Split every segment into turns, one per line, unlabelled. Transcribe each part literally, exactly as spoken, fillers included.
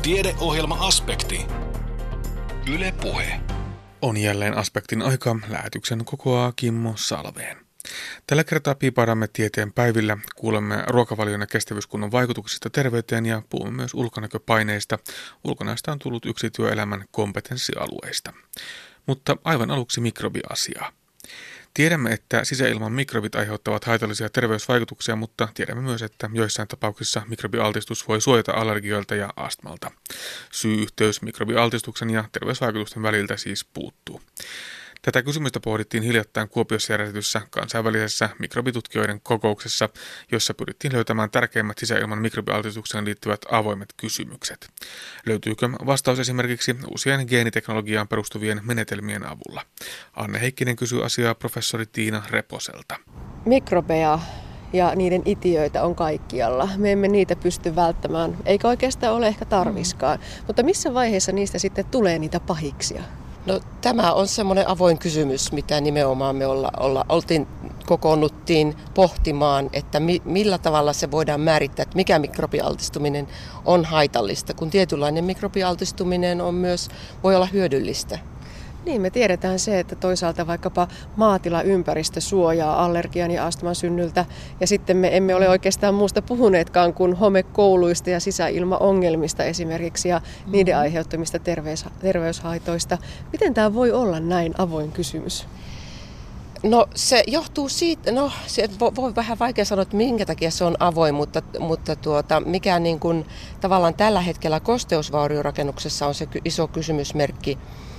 Tiedeohjelma-aspekti. Yle Puhe.
On jälleen aspektin aika. Lähetyksen kokoaa Kimmo Salveen. Tällä kertaa piipaadamme tieteen päivillä, kuulemme ruokavalion ja kestävyyskunnon vaikutuksista terveyteen ja puhumme myös ulkonäköpaineista. Ulkonäöstä on tullut yksi työelämän kompetenssialueista. Mutta aivan aluksi mikrobiasiaa. Tiedämme, että sisäilman mikrobit aiheuttavat haitallisia terveysvaikutuksia, mutta tiedämme myös, että joissain tapauksissa mikrobialtistus voi suojata allergioilta ja astmalta. Syy-yhteys mikrobialtistuksen ja terveysvaikutusten väliltä siis puuttuu. Tätä kysymystä pohdittiin hiljattain Kuopiossa järjestetyssä kansainvälisessä mikrobitutkijoiden kokouksessa, jossa pyrittiin löytämään tärkeimmät sisäilman mikrobialtistukseen liittyvät avoimet kysymykset. Löytyykö vastaus esimerkiksi uusien geeniteknologiaan perustuvien menetelmien avulla? Anne Heikkinen kysyy asiaa professori Tiina Reposelta.
Mikrobeja ja niiden itiöitä on kaikkialla. Me emme niitä pysty välttämään, eikä oikeastaan ole ehkä tarviskaan. Mm. Mutta missä vaiheessa niistä sitten tulee niitä pahiksia?
No, tämä on semmoinen avoin kysymys, mitä nimenomaan me olla, olla, oltiin, kokoonnuttiin pohtimaan, että mi, millä tavalla se voidaan määrittää, että mikä mikrobialtistuminen on haitallista, kun tietynlainen mikrobialtistuminen on myös, voi olla hyödyllistä.
Niin, me tiedetään se, että toisaalta vaikkapa maatilaympäristö suojaa allergian ja astman synnyltä, ja sitten me emme ole oikeastaan muusta puhuneetkaan kuin homekouluista ja sisäilmaongelmista esimerkiksi ja mm-hmm. niiden aiheuttamista terveys, terveyshaitoista. Miten tämä voi olla näin avoin kysymys?
No se johtuu siitä, no se voi vähän vaikea sanoa, että minkä takia se on avoin, mutta, mutta tuota, mikä niin kuin tavallaan tällä hetkellä kosteusvauriorakennuksessa on se iso kysymysmerkki,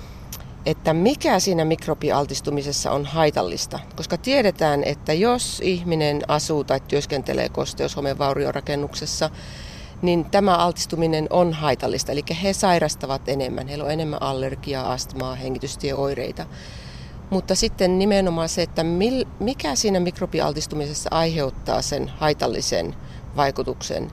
että mikä siinä mikrobialtistumisessa on haitallista, koska tiedetään, että jos ihminen asuu tai työskentelee kosteushomevauriorakennuksessa, niin tämä altistuminen on haitallista, eli he sairastavat enemmän, heillä on enemmän allergiaa, astmaa, hengitystieoireita. Mutta sitten nimenomaan se, että mikä siinä mikrobialtistumisessa aiheuttaa sen haitallisen vaikutuksen,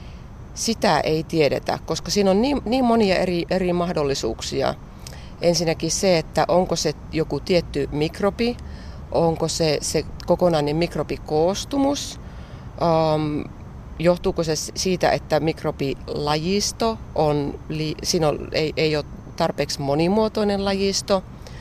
sitä ei tiedetä, koska siinä on niin, niin monia eri, eri mahdollisuuksia. Ensinnäkin se, että onko se joku tietty mikrobi, onko se, se kokonainen mikrobikoostumus, um, johtuuko se siitä, että mikrobilajisto on, siinä on, ei, ei ole tarpeeksi monimuotoinen lajisto,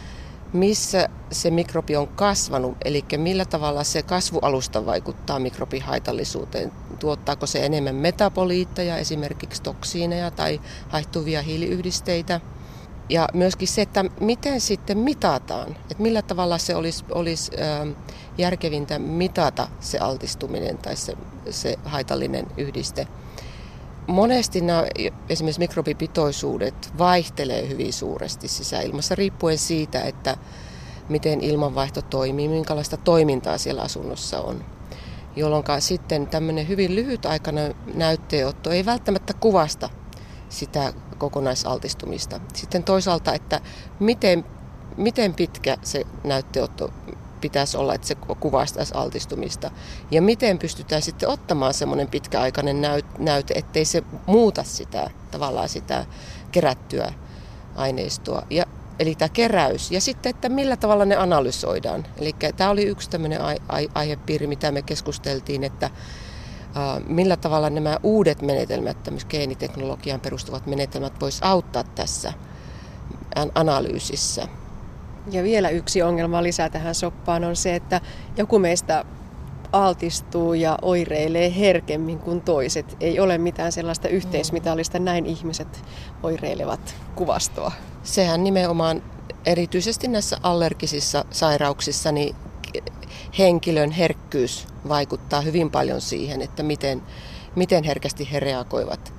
missä se mikrobi on kasvanut, eli millä tavalla se kasvualusta vaikuttaa mikrobihaitallisuuteen. Tuottaako se enemmän metaboliitteja, esimerkiksi toksiineja tai haihtuvia hiiliyhdisteitä. Ja myöskin se, että miten sitten mitataan, että millä tavalla se olisi, olisi järkevintä mitata se altistuminen tai se, se haitallinen yhdiste. Monesti nämä, esimerkiksi mikrobipitoisuudet vaihtelee hyvin suuresti sisäilmassa riippuen siitä, että miten ilmanvaihto toimii, minkälaista toimintaa siellä asunnossa on. Jolloin sitten tämmöinen hyvin lyhytaikainen näytteenotto ei välttämättä kuvasta sitä kokonaisaltistumista. Sitten toisaalta, että miten, miten pitkä se näytteenotto pitäisi olla, että se kuvastaisi altistumista. Ja miten pystytään sitten ottamaan semmoinen pitkäaikainen näyte, ettei se muuta sitä, tavallaan sitä kerättyä aineistoa. Ja, eli tämä keräys. Ja sitten, että millä tavalla ne analysoidaan. Eli tämä oli yksi tämmöinen aihepiiri, mitä me keskusteltiin, että millä tavalla nämä uudet menetelmät, tämmöiset geeniteknologiaan perustuvat menetelmät vois auttaa tässä analyysissä.
Ja vielä yksi ongelma lisää tähän soppaan on se, että joku meistä altistuu ja oireilee herkemmin kuin toiset. Ei ole mitään sellaista yhteismitallista, näin ihmiset oireilevat kuvastoa.
Sehän nimenomaan erityisesti näissä allergisissa sairauksissa niin henkilön herkkyys vaikuttaa hyvin paljon siihen, että miten, miten herkästi he reagoivat.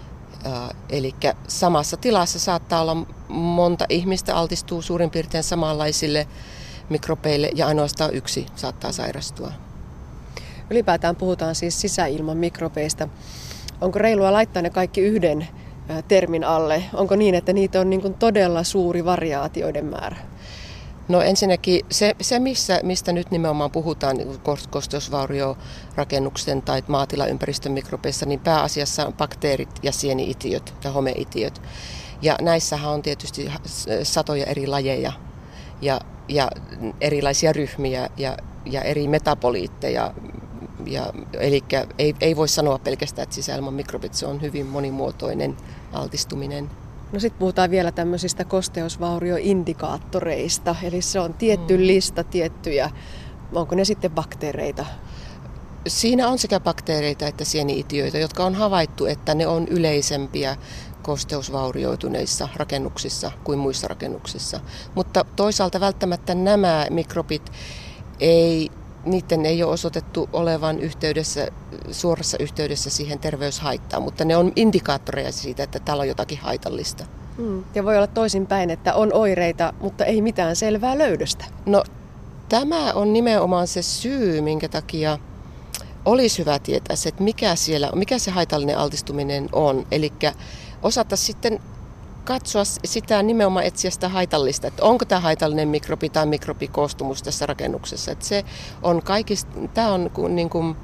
Eli samassa tilassa saattaa olla monta ihmistä altistuu suurin piirtein samanlaisille mikrobeille ja ainoastaan yksi saattaa sairastua.
Ylipäätään puhutaan siis sisäilman mikrobeista. Onko reilua laittaa ne kaikki yhden termin alle? Onko niin, että niitä on niin kuin todella suuri variaatioiden määrä?
No ensinnäkin se, se missä, mistä nyt nimenomaan puhutaan kosteusvauriorakennuksen tai maatilaympäristön mikrobeissa, niin pääasiassa on bakteerit ja sieni-itiöt ja homeitiöt. Ja näissähän on tietysti satoja eri lajeja ja, ja erilaisia ryhmiä ja, ja eri metaboliitteja, ja, eli ei, ei voi sanoa pelkästään, että sisäilman mikrobit, se on hyvin monimuotoinen altistuminen.
No sitten puhutaan vielä tämmöisistä kosteusvaurioindikaattoreista, eli se on tietty mm. lista tiettyjä, onko ne sitten bakteereita?
Siinä on sekä bakteereita että sieni-itiöitä, jotka on havaittu, että ne on yleisempiä kosteusvaurioituneissa rakennuksissa kuin muissa rakennuksissa. Mutta toisaalta välttämättä nämä mikrobit, ei, niiden ei ole osoitettu olevan yhteydessä, suorassa yhteydessä siihen terveyshaittaan, mutta ne on indikaattoreja siitä, että täällä on jotakin haitallista.
Mm. Ja voi olla toisinpäin, että on oireita, mutta ei mitään selvää löydöstä.
No, tämä on nimenomaan se syy, minkä takia olisi hyvä tietää se, että mikä, siellä, mikä se haitallinen altistuminen on. Eli osata sitten katsoa sitä, nimenomaan etsiä sitä haitallista, että onko tämä haitallinen mikrobi tai mikrobikoostumus tässä rakennuksessa. Että se on kaikista, tämä on niin kuin,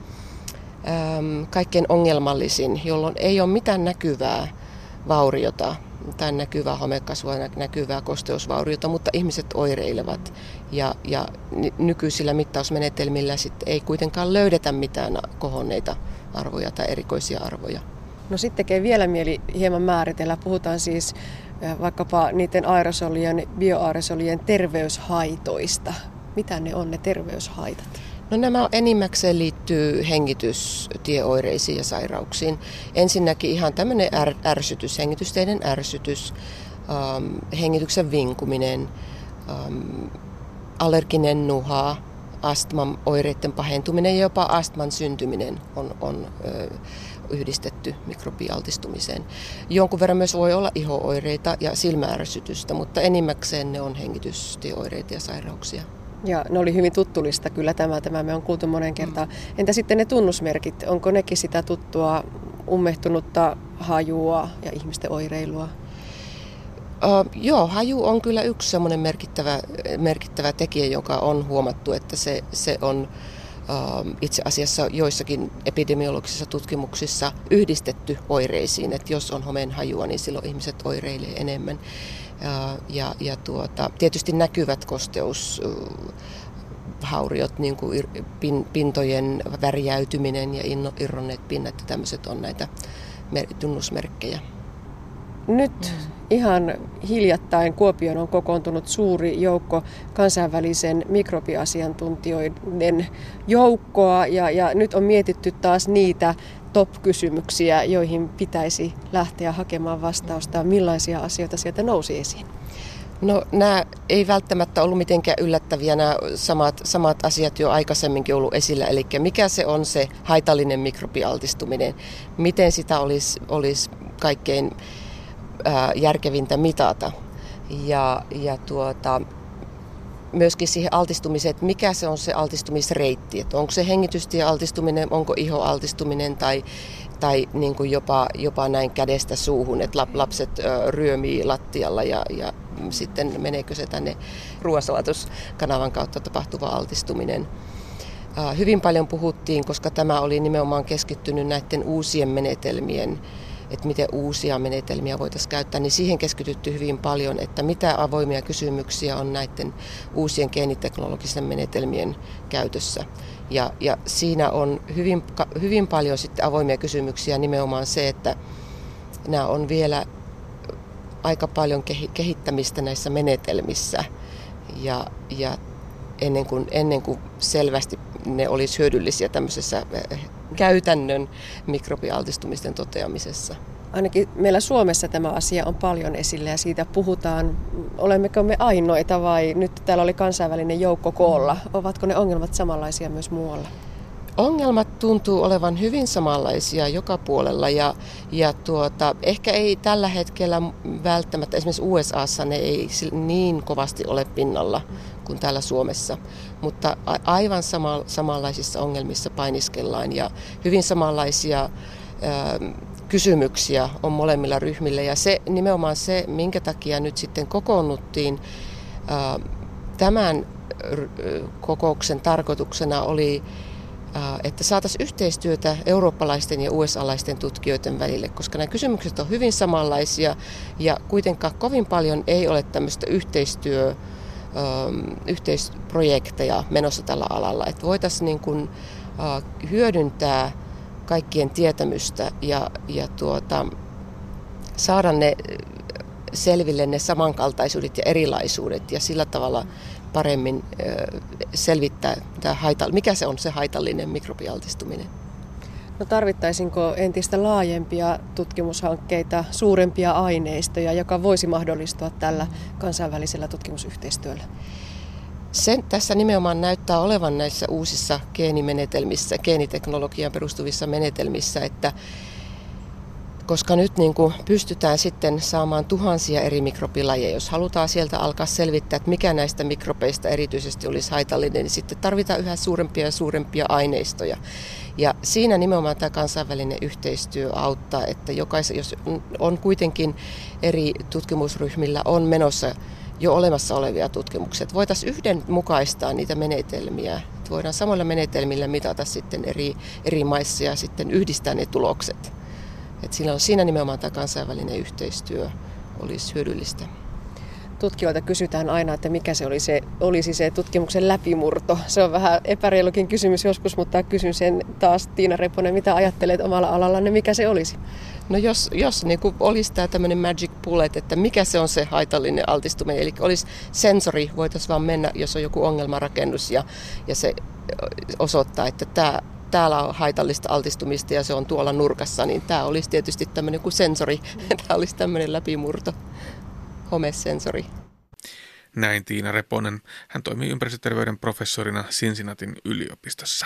äm, kaikkein ongelmallisin, jolloin ei ole mitään näkyvää vauriota tai näkyvää homekasvua, näkyvää kosteusvauriota, mutta ihmiset oireilevat. Ja, ja nykyisillä mittausmenetelmillä sitten ei kuitenkaan löydetä mitään kohonneita arvoja tai erikoisia arvoja.
No sitten tekee vielä mieli hieman määritellä. Puhutaan siis vaikkapa niiden aerosolien, bioaerosolien terveyshaitoista. Mitä ne on ne terveyshaitat?
No nämä enimmäkseen liittyy hengitystieoireisiin ja sairauksiin. Ensinnäkin ihan tämmöinen är, ärsytys, hengitysteiden ärsytys, ähm, hengityksen vinkuminen, ähm, allerginen nuha, astman oireiden pahentuminen ja jopa astman syntyminen on, on ö, yhdistetty mikrobialtistumiseen. Jonkun verran myös voi olla iho-oireita ja silmäärsytystä, mutta enimmäkseen ne on hengitystieoireita ja sairauksia.
Ja ne oli hyvin tuttulista kyllä tämä, tämä me on kuultu monen kertaan. Mm. Entä sitten ne tunnusmerkit, onko nekin sitä tuttua ummehtunutta hajua ja ihmisten oireilua?
Uh, joo, haju on kyllä yksi semmoinen merkittävä, merkittävä tekijä, joka on huomattu, että se, se on uh, itse asiassa joissakin epidemiologisissa tutkimuksissa yhdistetty oireisiin, että jos on homeen hajua, niin silloin ihmiset oireilee enemmän. Uh, ja, ja tuota, tietysti näkyvät kosteushauriot, niin kuin pin, pintojen värjäytyminen ja irronneet pinnat ja tämmöiset on näitä tunnusmerkkejä.
Nyt mm. ihan hiljattain Kuopioon on kokoontunut suuri joukko kansainvälisen mikrobiasiantuntijoiden joukkoa ja, ja nyt on mietitty taas niitä top-kysymyksiä, joihin pitäisi lähteä hakemaan vastausta. Millaisia asioita sieltä nousi esiin?
No nämä ei välttämättä ollut mitenkään yllättäviä, nämä samat, samat asiat jo aikaisemminkin ollut esillä, eli mikä se on se haitallinen mikrobialtistuminen, miten sitä olisi, olisi kaikkein ää, järkevintä mitata ja, ja tuota, myöskin siihen altistumiseen, että mikä se on se altistumisreitti, että onko se hengitystiealtistuminen, onko ihoaltistuminen tai, tai niin kuin jopa, jopa näin kädestä suuhun, että lapset ryömii lattialla ja, ja sitten meneekö se tänne ruoansalatuskanavan kautta tapahtuva altistuminen. Hyvin paljon puhuttiin, koska tämä oli nimenomaan keskittynyt näiden uusien menetelmien, että miten uusia menetelmiä voitaisiin käyttää, niin siihen keskitytty hyvin paljon, että mitä avoimia kysymyksiä on näiden uusien geeniteknologisten menetelmien käytössä. Ja, ja siinä on hyvin, hyvin paljon sitten avoimia kysymyksiä, nimenomaan se, että nämä on vielä aika paljon kehittämistä näissä menetelmissä ja, ja ennen kuin, ennen kuin selvästi ne olisi hyödyllisiä tämmöisessä käytännön mikrobialtistumisten toteamisessa.
Ainakin meillä Suomessa tämä asia on paljon esillä ja siitä puhutaan. Olemmeko me ainoita vai nyt täällä oli kansainvälinen joukko koolla? Ovatko ne ongelmat samanlaisia myös muualla?
Ongelmat tuntuu olevan hyvin samanlaisia joka puolella ja, ja tuota, ehkä ei tällä hetkellä välttämättä, esimerkiksi U S A:ssa ne ei niin kovasti ole pinnalla kuin täällä Suomessa, mutta aivan sama, samanlaisissa ongelmissa painiskellaan ja hyvin samanlaisia ä, kysymyksiä on molemmilla ryhmillä ja se nimenomaan se, minkä takia nyt sitten kokoonnuttiin ä, tämän kokouksen tarkoituksena oli että saataisiin yhteistyötä eurooppalaisten ja U S A-laisten tutkijoiden välille, koska nämä kysymykset on hyvin samanlaisia ja kuitenkaan kovin paljon ei ole tämmöistä yhteistyö, yhteisprojekteja menossa tällä alalla. Että voitaisiin niin kuin hyödyntää kaikkien tietämystä ja, ja tuota, saada ne selville ne samankaltaisuudet ja erilaisuudet ja sillä tavalla paremmin selvittää, tämä haita, mikä se on se haitallinen mikrobialtistuminen.
No tarvittaisinko entistä laajempia tutkimushankkeita, suurempia aineistoja, joka voisi mahdollistua tällä kansainvälisellä tutkimusyhteistyöllä?
Sen tässä nimenomaan näyttää olevan näissä uusissa geenimenetelmissä, geeniteknologiaan perustuvissa menetelmissä, että koska nyt niin kuin pystytään sitten saamaan tuhansia eri mikrobilajeja, jos halutaan sieltä alkaa selvittää, että mikä näistä mikrobeista erityisesti olisi haitallinen, niin sitten tarvitaan yhä suurempia ja suurempia aineistoja. Ja siinä nimenomaan tämä kansainvälinen yhteistyö auttaa, että jokaisen, jos on kuitenkin eri tutkimusryhmillä on menossa jo olemassa olevia tutkimuksia, voitaisiin yhdenmukaistaa niitä menetelmiä. Voidaan samoilla menetelmillä mitata sitten eri, eri maissa ja sitten yhdistää ne tulokset. Et siinä, siinä nimenomaan tämä kansainvälinen yhteistyö olisi hyödyllistä.
Tutkijoilta kysytään aina, että mikä se, oli se olisi se tutkimuksen läpimurto. Se on vähän epäreilukin kysymys joskus, mutta kysyn sen taas, Tiina Reponen, mitä ajattelet omalla alallanne, mikä se olisi?
No jos, jos niin kuin olisi tämä tämmöinen magic bullet, että mikä se on se haitallinen altistuminen, eli olisi sensori, voitaisiin vaan mennä, jos on joku ongelmarakennus ja, ja se osoittaa, että tämä täällä on haitallista altistumista ja se on tuolla nurkassa, niin tämä olisi tietysti tämmöinen kuin sensori. Tämä olisi tämmöinen läpimurto, homesensori.
Näin Tiina Reponen. Hän toimii ympäristöterveyden professorina Cincinnatin yliopistossa.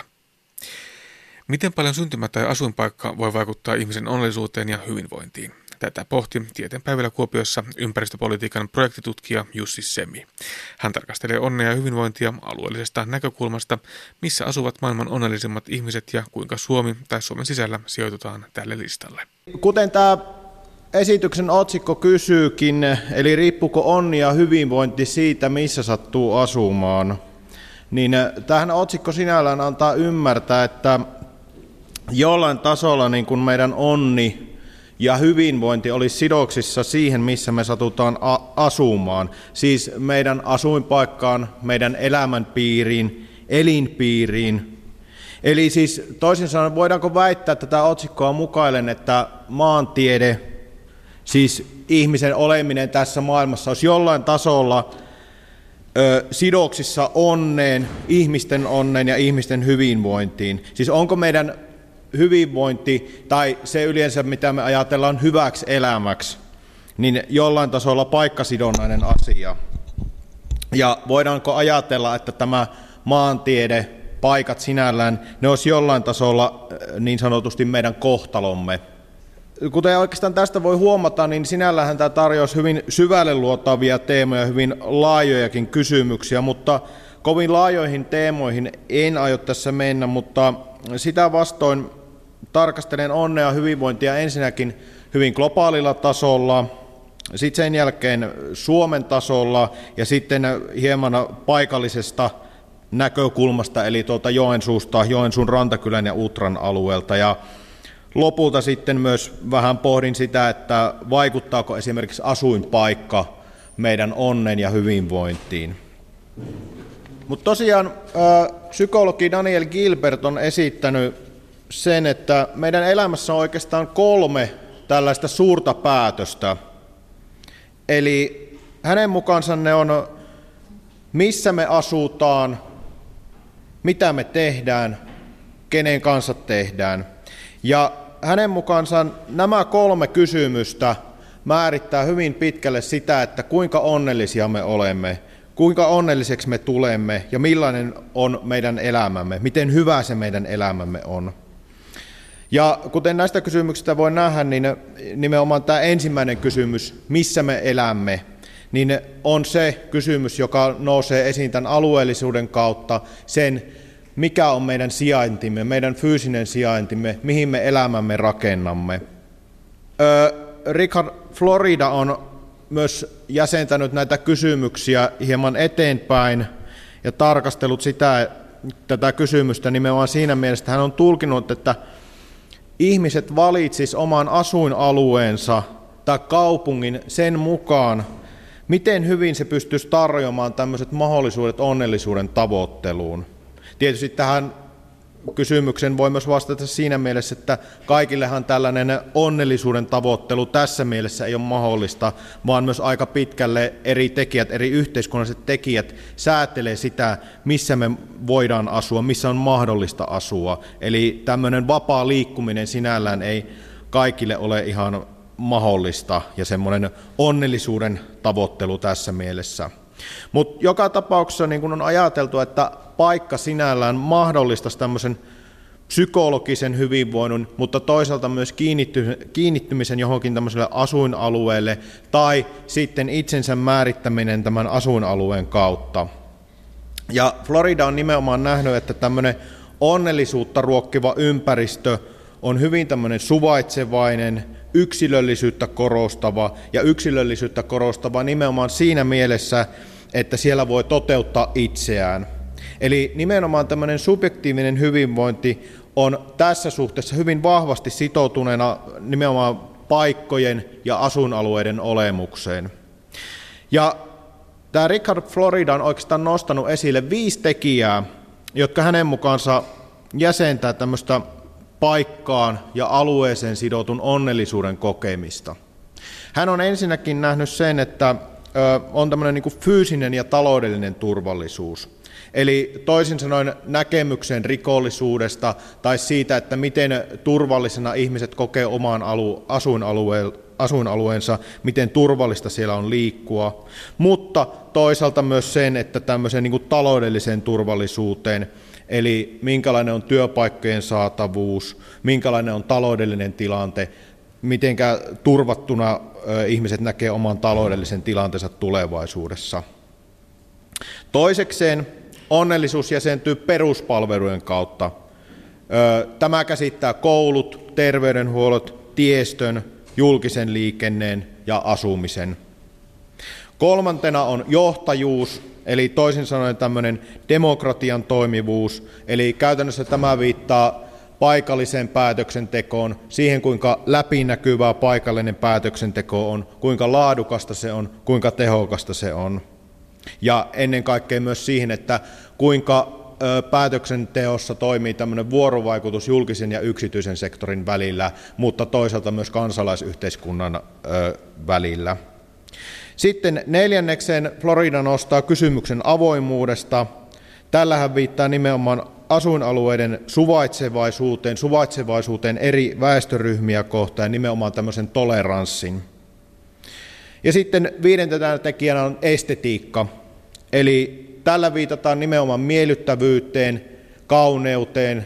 Miten paljon syntymä tai asuinpaikka voi vaikuttaa ihmisen onnellisuuteen ja hyvinvointiin? Tätä pohti Tieteenpäivillä Kuopiossa ympäristöpolitiikan projektitutkija Jussi Semi. Hän tarkastelee onnea ja hyvinvointia alueellisesta näkökulmasta, missä asuvat maailman onnellisimmat ihmiset ja kuinka Suomi tai Suomen sisällä sijoitutaan tälle listalle.
Kuten tämä esityksen otsikko kysyykin, eli riippuuko onni ja hyvinvointi siitä, missä sattuu asumaan, niin tähän otsikko sinällään antaa ymmärtää, että jollain tasolla niin kuin meidän onni ja hyvinvointi olisi sidoksissa siihen, missä me satutaan asumaan, siis meidän asuinpaikkaan, meidän elämänpiiriin, elinpiiriin. Eli siis toisin sanoen voidaanko väittää, että tämä otsikko on mukaillen, että maantiede, siis ihmisen oleminen tässä maailmassa olisi jollain tasolla ö, sidoksissa onneen, ihmisten onneen ja ihmisten hyvinvointiin. Siis onko meidän hyvinvointi tai se yleensä, mitä me ajatellaan hyväksi elämäksi, niin jollain tasolla paikkasidonnainen asia. Ja voidaanko ajatella, että tämä maantiede, paikat sinällään, ne olisi jollain tasolla niin sanotusti meidän kohtalomme. Kuten oikeastaan tästä voi huomata, niin sinällähän tämä tarjosi hyvin syvälle luotavia teemoja, hyvin laajojakin kysymyksiä, mutta kovin laajoihin teemoihin en aio tässä mennä, mutta sitä vastoin tarkastelen onnea ja hyvinvointia ensinnäkin hyvin globaalilla tasolla, sitten sen jälkeen Suomen tasolla ja sitten hieman paikallisesta näkökulmasta, eli tuolta Joensuusta, Joensuun Rantakylän ja Utran alueelta. Ja lopulta sitten myös vähän pohdin sitä, että vaikuttaako esimerkiksi asuinpaikka meidän onnen ja hyvinvointiin. Mutta tosiaan psykologi Daniel Gilbert on esittänyt sen, että meidän elämässä on oikeastaan kolme tällaista suurta päätöstä. Eli hänen mukaansa ne on, missä me asutaan, mitä me tehdään, kenen kanssa tehdään. Ja hänen mukaansa nämä kolme kysymystä määrittää hyvin pitkälle sitä, että kuinka onnellisia me olemme, kuinka onnelliseksi me tulemme ja millainen on meidän elämämme, miten hyvä se meidän elämämme on. Ja kuten näistä kysymyksistä voi nähdä, niin nimenomaan tämä ensimmäinen kysymys, missä me elämme, niin on se kysymys, joka nousee esiin tämän alueellisuuden kautta, sen mikä on meidän sijaintimme, meidän fyysinen sijaintimme, mihin me elämämme rakennamme. Richard Florida on myös jäsentänyt näitä kysymyksiä hieman eteenpäin ja tarkastellut sitä, tätä kysymystä nimenomaan siinä mielessä, että hän on tulkinut, että ihmiset valitsis oman asuinalueensa tai kaupungin sen mukaan, miten hyvin se pystyisi tarjoamaan tämmöiset mahdollisuudet onnellisuuden tavoitteluun. Tietysti tähän kysymyksen voi myös vastata siinä mielessä, että kaikillehan tällainen onnellisuuden tavoittelu tässä mielessä ei ole mahdollista, vaan myös aika pitkälle eri tekijät, eri yhteiskunnalliset tekijät säätelee sitä, missä me voidaan asua, missä on mahdollista asua. Eli tämmöinen vapaa liikkuminen sinällään ei kaikille ole ihan mahdollista ja semmoinen onnellisuuden tavoittelu tässä mielessä. Mutta joka tapauksessa niin kun on ajateltu, että paikka sinällään mahdollistaisi tämmöisen psykologisen hyvinvoinnin, mutta toisaalta myös kiinnittymisen johonkin tämmöiselle asuinalueelle tai sitten itsensä määrittäminen tämän asuinalueen kautta. Ja Florida on nimenomaan nähnyt, että tämmöinen onnellisuutta ruokkiva ympäristö on hyvin tämmöinen suvaitsevainen, yksilöllisyyttä korostava ja yksilöllisyyttä korostava nimenomaan siinä mielessä, että siellä voi toteuttaa itseään. Eli nimenomaan tämmöinen subjektiivinen hyvinvointi on tässä suhteessa hyvin vahvasti sitoutuneena nimenomaan paikkojen ja asuinalueiden olemukseen. Ja tämä Richard Florida on oikeastaan nostanut esille viisi tekijää, jotka hänen mukaansa jäsentää tämmöistä paikkaan ja alueeseen sidotun onnellisuuden kokemista. Hän on ensinnäkin nähnyt sen, että on tämmöinen niin kuin fyysinen ja taloudellinen turvallisuus. Eli toisin sanoen näkemyksen rikollisuudesta tai siitä, että miten turvallisena ihmiset kokee oman alu, asuinalue, asuinalueensa, miten turvallista siellä on liikkua, mutta toisaalta myös sen, että tämmöiseen niin kuin taloudelliseen turvallisuuteen, eli minkälainen on työpaikkojen saatavuus, minkälainen on taloudellinen tilante, mitenkä turvattuna ihmiset näkee oman taloudellisen tilanteensa tulevaisuudessa. Toisekseen onnellisuus jäsentyy peruspalvelujen kautta. Tämä käsittää koulut, terveydenhuollot, tiestön, julkisen liikenneen ja asumisen. Kolmantena on johtajuus, eli toisin sanoen tämmöinen demokratian toimivuus, eli käytännössä tämä viittaa paikalliseen päätöksentekoon, siihen kuinka läpinäkyvää paikallinen päätöksenteko on, kuinka laadukasta se on, kuinka tehokasta se on. Ja ennen kaikkea myös siihen, että kuinka päätöksenteossa toimii tämmöinen vuorovaikutus julkisen ja yksityisen sektorin välillä, mutta toisaalta myös kansalaisyhteiskunnan välillä. Sitten neljännekseen Florida nostaa kysymyksen avoimuudesta. Tällähän viittaa nimenomaan asuinalueiden suvaitsevaisuuteen, suvaitsevaisuuteen eri väestöryhmiä kohtaan ja nimenomaan tämmöisen toleranssin. Ja sitten viidentenä tekijänä on estetiikka, eli tällä viitataan nimenomaan miellyttävyyteen, kauneuteen,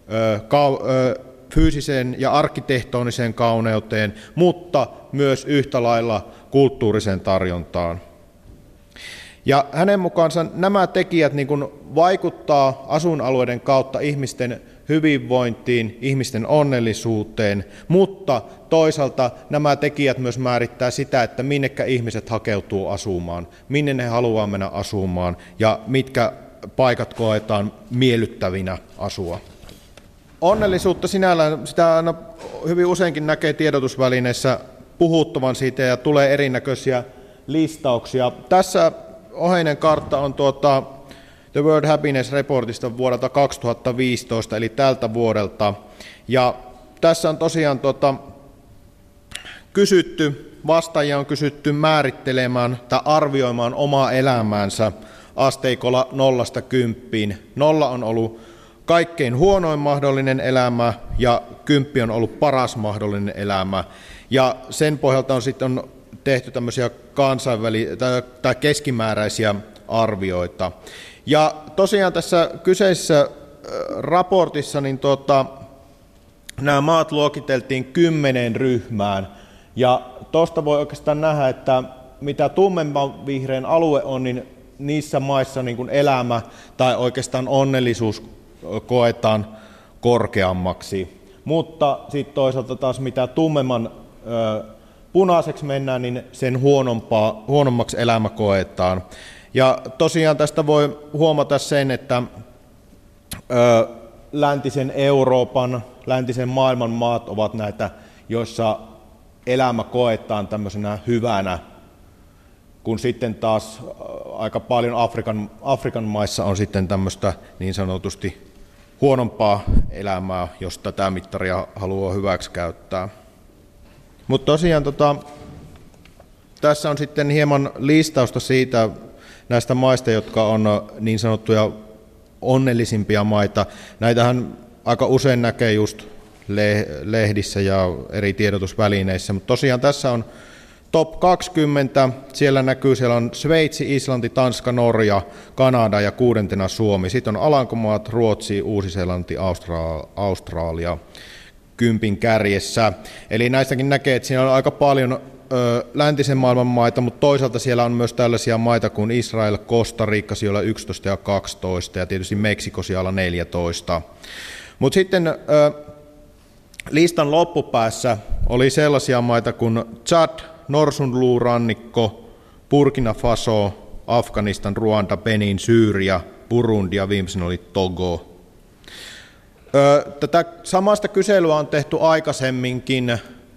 fyysiseen ja arkkitehtoniseen kauneuteen, mutta myös yhtä lailla kulttuuriseen tarjontaan. Ja hänen mukaansa nämä tekijät niin kuin vaikuttaa asuinalueiden kautta ihmisten hyvinvointiin, ihmisten onnellisuuteen, mutta toisaalta nämä tekijät myös määrittää sitä, että minnekä ihmiset hakeutuu asumaan, minne ne haluaa mennä asumaan ja mitkä paikat koetaan miellyttävinä asua. Onnellisuutta sinällään, sitä aina hyvin useinkin näkee tiedotusvälineissä puhuttavan siitä ja tulee erinäköisiä listauksia. Tässä oheinen kartta on tuota The World Happiness Reportista vuodelta kaksituhattaviisitoista, eli tältä vuodelta. Ja tässä on tosiaan tuota, kysytty, vastaajia on kysytty määrittelemään tai arvioimaan omaa elämäänsä asteikolla nollasta kymppiin. Nolla on ollut kaikkein huonoin mahdollinen elämä ja kymppi on ollut paras mahdollinen elämä. Ja sen pohjalta on sitten tehty tämmöisiä kansainvälisiä tai keskimääräisiä arvioita. Ja tosiaan tässä kyseisessä raportissa niin tuota, nämä maat luokiteltiin kymmeneen ryhmään. Ja tuosta voi oikeastaan nähdä, että mitä tummemman vihreän alue on, niin niissä maissa niin kuin elämä tai oikeastaan onnellisuus koetaan korkeammaksi. Mutta sitten toisaalta taas mitä tummemman ö, punaiseksi mennään, niin sen huonompaa, huonommaksi elämä koetaan. Ja tosiaan tästä voi huomata sen, että ö, läntisen Euroopan, läntisen maailman maat ovat näitä, joissa elämä koetaan tämmöisenä hyvänä, kun sitten taas aika paljon Afrikan, Afrikan maissa on sitten tämmöistä niin sanotusti huonompaa elämää, jos tätä mittaria haluaa hyväksi käyttää. Mutta tosiaan tota, tässä on sitten hieman listausta siitä näistä maista, jotka on niin sanottuja onnellisimpia maita. Näitähän aika usein näkee just lehdissä ja eri tiedotusvälineissä, mutta tosiaan tässä on top kaksikymmentä, siellä näkyy, siellä on Sveitsi, Islanti, Tanska, Norja, Kanada ja kuudentena Suomi. Sitten on Alankomaat, Ruotsi, Uusi-Seelanti, Austra- Australia kympin kärjessä. Eli näistäkin näkee, että siinä on aika paljon ö, läntisen maailman maita, mutta toisaalta siellä on myös tällaisia maita kuin Israel, Costa Rica siellä yksitoista ja kaksitoista ja tietysti Meksiko siellä neljätoista. Mutta sitten ö, listan loppupäässä oli sellaisia maita kuin Chad, Norsunluurannikko, Burkina Faso, Afganistan, Ruanda, Benin, Syyria, Burundi ja viimeisenä oli Togo. Tätä samasta kyselyä on tehty aikaisemminkin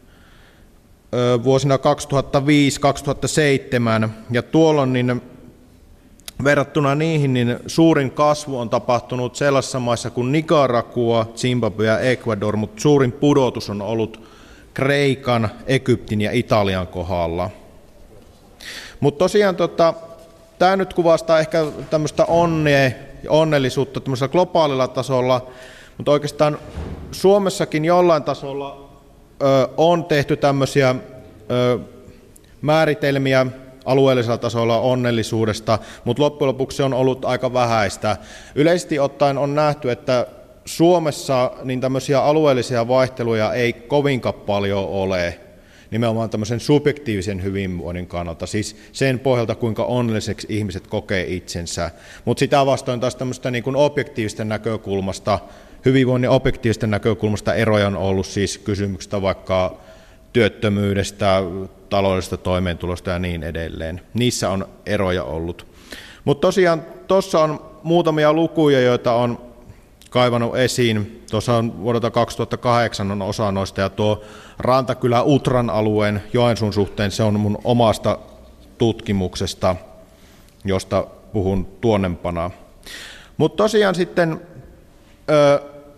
vuosina kaksituhattaviisi kaksituhattaseitsemän ja tuolloin niin verrattuna niihin niin suurin kasvu on tapahtunut sellaisissa maissa kuin Nicaragua, Zimbabwe ja Ecuador, mutta suurin pudotus on ollut Kreikan, Egyptin ja Italian kohdalla. Mutta tosiaan tota, tämä nyt kuvastaa ehkä tämmöistä onnea, onnellisuutta tämmöisellä globaalilla tasolla, mutta oikeastaan Suomessakin jollain tasolla ö, on tehty tämmöisiä ö, määritelmiä alueellisella tasolla onnellisuudesta, mutta loppujen lopuksi se on ollut aika vähäistä. Yleisesti ottaen on nähty, että Suomessa niin tämmöisiä alueellisia vaihteluja ei kovinkaan paljon ole, nimenomaan tämmöisen subjektiivisen hyvinvoinnin kannalta, siis sen pohjalta, kuinka onnelliseksi ihmiset kokee itsensä. Mutta sitä vastoin taas tämmöistä niin kuin objektiivisten näkökulmasta, hyvinvoinnin objektiivisten näkökulmasta eroja on ollut siis kysymyksistä vaikka työttömyydestä, taloudellisesta toimeentulosta ja niin edelleen. Niissä on eroja ollut. Mutta tosiaan tuossa on muutamia lukuja, joita on kaivannut esiin. Tuossa on vuodelta kaksituhattakahdeksan on osa noista, ja tuo Rantakylä Utran alueen Joensuun suhteen, se on mun omasta tutkimuksesta, josta puhun tuonnempana. Mutta tosiaan sitten ö,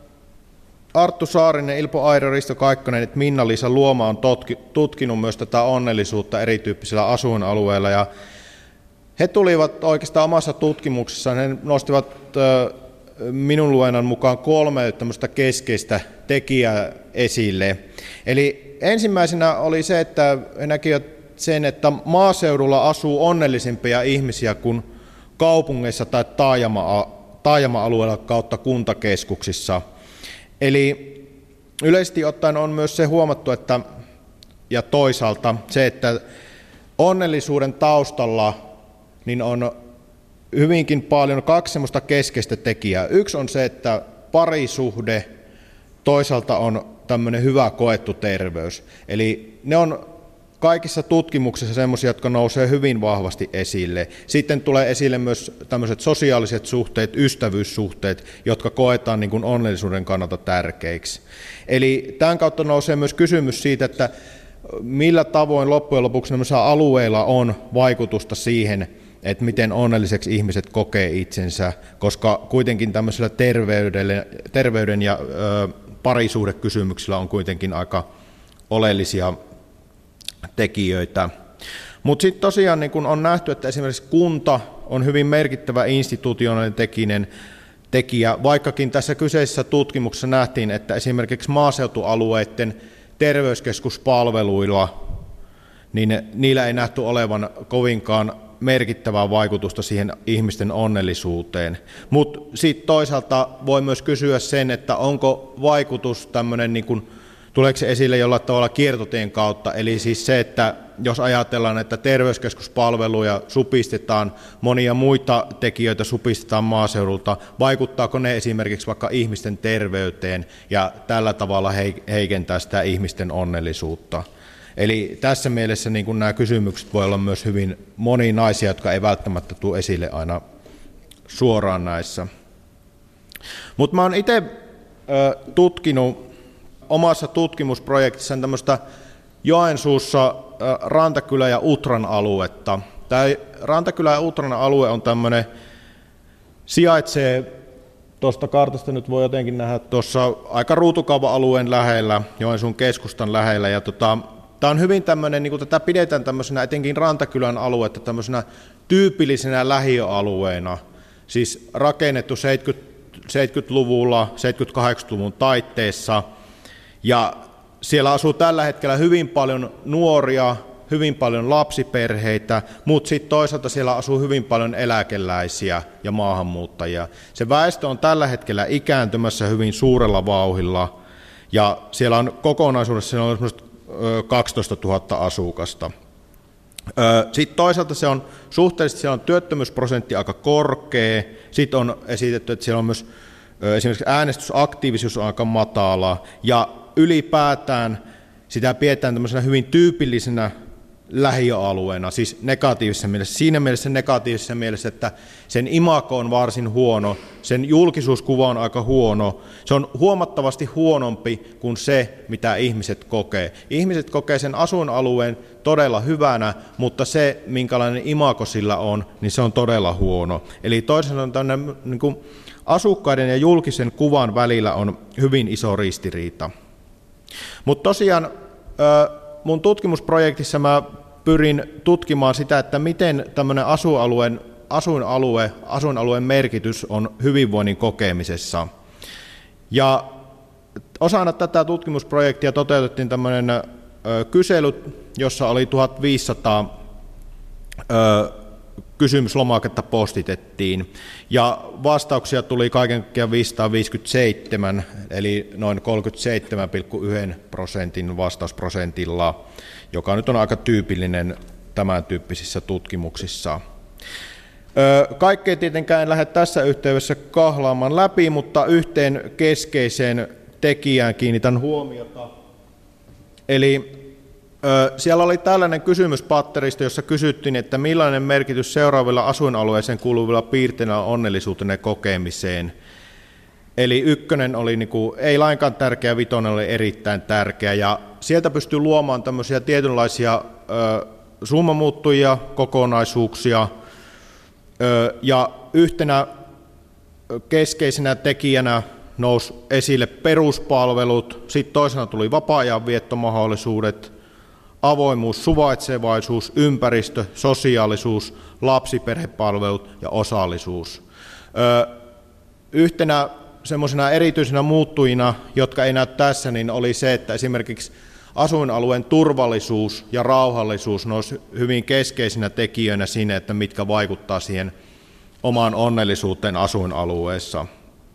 Arttu Saarinen, Ilpo Airo, Risto Kaikkonen ja Minna-Liisa Luoma on totki, tutkinut myös tätä onnellisuutta erityyppisillä asuinalueilla, ja he tulivat oikeastaan omassa tutkimuksessaan, he nostivat ö, minun luennan mukaan kolme tämmöistä keskeistä tekijää esille. Eli ensimmäisenä oli se, että he näkivät sen, että maaseudulla asuu onnellisempia ihmisiä kuin kaupungeissa tai taajama, taajama-alueilla kautta kuntakeskuksissa. Eli yleisesti ottaen on myös se huomattu, että ja toisaalta se, että onnellisuuden taustalla niin on hyvinkin paljon kaksi semmoista keskeistä tekijää. Yksi on se, että parisuhde, toisaalta on tämmöinen hyvä koettu terveys. Eli ne on kaikissa tutkimuksissa semmoisia, jotka nousee hyvin vahvasti esille. Sitten tulee esille myös tämmöiset sosiaaliset suhteet, ystävyyssuhteet, jotka koetaan niin kuin onnellisuuden kannalta tärkeiksi. Eli tämän kautta nousee myös kysymys siitä, että millä tavoin loppujen lopuksi nämmöisillä alueilla on vaikutusta siihen, että miten onnelliseksi ihmiset kokee itsensä, koska kuitenkin tämmöisellä terveyden ja ö, parisuhdekysymyksillä on kuitenkin aika oleellisia tekijöitä. Mutta sitten tosiaan niin kun on nähty, että esimerkiksi kunta on hyvin merkittävä institutionaalinen tekinen tekijä, vaikkakin tässä kyseisessä tutkimuksessa nähtiin, että esimerkiksi maaseutualueiden terveyskeskuspalveluilla, niin niillä ei nähty olevan kovinkaan merkittävää vaikutusta siihen ihmisten onnellisuuteen. Mutta sitten toisaalta voi myös kysyä sen, että onko vaikutus tämmöinen, niin kuin, tuleeko se esille jollain tavalla kiertotien kautta, eli siis se, että jos ajatellaan, että terveyskeskuspalveluja supistetaan, monia muita tekijöitä supistetaan maaseudulta, vaikuttaako ne esimerkiksi vaikka ihmisten terveyteen ja tällä tavalla heikentää sitä ihmisten onnellisuutta. Eli tässä mielessä niin kun nämä kysymykset voi olla myös hyvin moninaisia, jotka ei välttämättä tule esille aina suoraan näissä. Mutta mä oon itse tutkinut omassa tutkimusprojektissani tämmöistä Joensuussa Rantakylä ja Utran aluetta. Tämä Rantakylä ja Utran alue on tämmöinen, sijaitsee tuosta kartasta nyt voi jotenkin nähdä tuossa aika ruutukaupan alueen lähellä, Joensuun keskustan lähellä. Ja tota, tämä on hyvin tämmöinen, niin kuin tätä pidetään tämmöisenä etenkin Rantakylän aluetta tämmöisenä tyypillisenä lähiöalueena. Siis rakennettu seitsemänkymmentäluvulla, seitsemänkymmentä-kahdeksankymmentäluvun taitteessa. Ja siellä asuu tällä hetkellä hyvin paljon nuoria, hyvin paljon lapsiperheitä, mutta sitten toisaalta siellä asuu hyvin paljon eläkeläisiä ja maahanmuuttajia. Se väestö on tällä hetkellä ikääntymässä hyvin suurella vauhdilla, ja siellä on kokonaisuudessa siellä on kaksitoistatuhatta asukasta. Sitten toisaalta se on suhteellisesti siellä on työttömyysprosentti aika korkea, sitten on esitetty, että siellä on myös esimerkiksi äänestysaktiivisuus on aika matala, ja ylipäätään sitä pidetään tämmöisenä hyvin tyypillisenä lähiöalueena, siis negatiivisessa mielessä. Siinä mielessä negatiivisessa mielessä, että sen imago on varsin huono, sen julkisuuskuva on aika huono. Se on huomattavasti huonompi kuin se, mitä ihmiset kokee. Ihmiset kokee sen asuinalueen todella hyvänä, mutta se, minkälainen imago sillä on, niin se on todella huono. Eli toisaalta on tämmöinen, niin kuin asukkaiden ja julkisen kuvan välillä on hyvin iso ristiriita. Mutta tosiaan mun tutkimusprojektissa mä pyrin tutkimaan sitä, että miten tämmöinen asuinalueen, asuinalue, asuinalueen merkitys on hyvinvoinnin kokemisessa. Ja osana tätä tutkimusprojektia toteutettiin tämmöinen kysely, jossa oli tuhatviisisataa ö, kysymyslomaketta postitettiin, ja vastauksia tuli kaiken kaikkiaan viisisataaviisikymmentäseitsemän, eli noin kolmekymmentäseitsemän pilkku yksi prosentin vastausprosentilla, joka nyt on aika tyypillinen tämän tyyppisissä tutkimuksissa. Kaikkea tietenkään en lähde tässä yhteydessä kahlaamaan läpi, mutta yhteen keskeiseen tekijään kiinnitän huomiota. Eli siellä oli tällainen kysymyspatteristo, jossa kysyttiin, että millainen merkitys seuraavilla asuinalueeseen kuuluvilla piirteillä on onnellisuuden kokemiseen. Eli ykkönen oli niin kuin, ei lainkaan tärkeä, vitonen oli erittäin tärkeä, ja sieltä pystyy luomaan tämmöisiä tietynlaisia ö, summamuuttujia, kokonaisuuksia, ö, ja yhtenä keskeisenä tekijänä nousi esille peruspalvelut, sitten toisena tuli vapaa-ajan viettomahdollisuudet, avoimuus, suvaitsevaisuus, ympäristö, sosiaalisuus, lapsiperhepalvelut ja osallisuus. Yhtenä semmoisena erityisenä muuttujina, jotka ei näy tässä, niin oli se, että esimerkiksi asuinalueen turvallisuus ja rauhallisuus nousi hyvin keskeisinä tekijöinä siinä, että mitkä vaikuttaa siihen omaan onnellisuuteen asuinalueessa.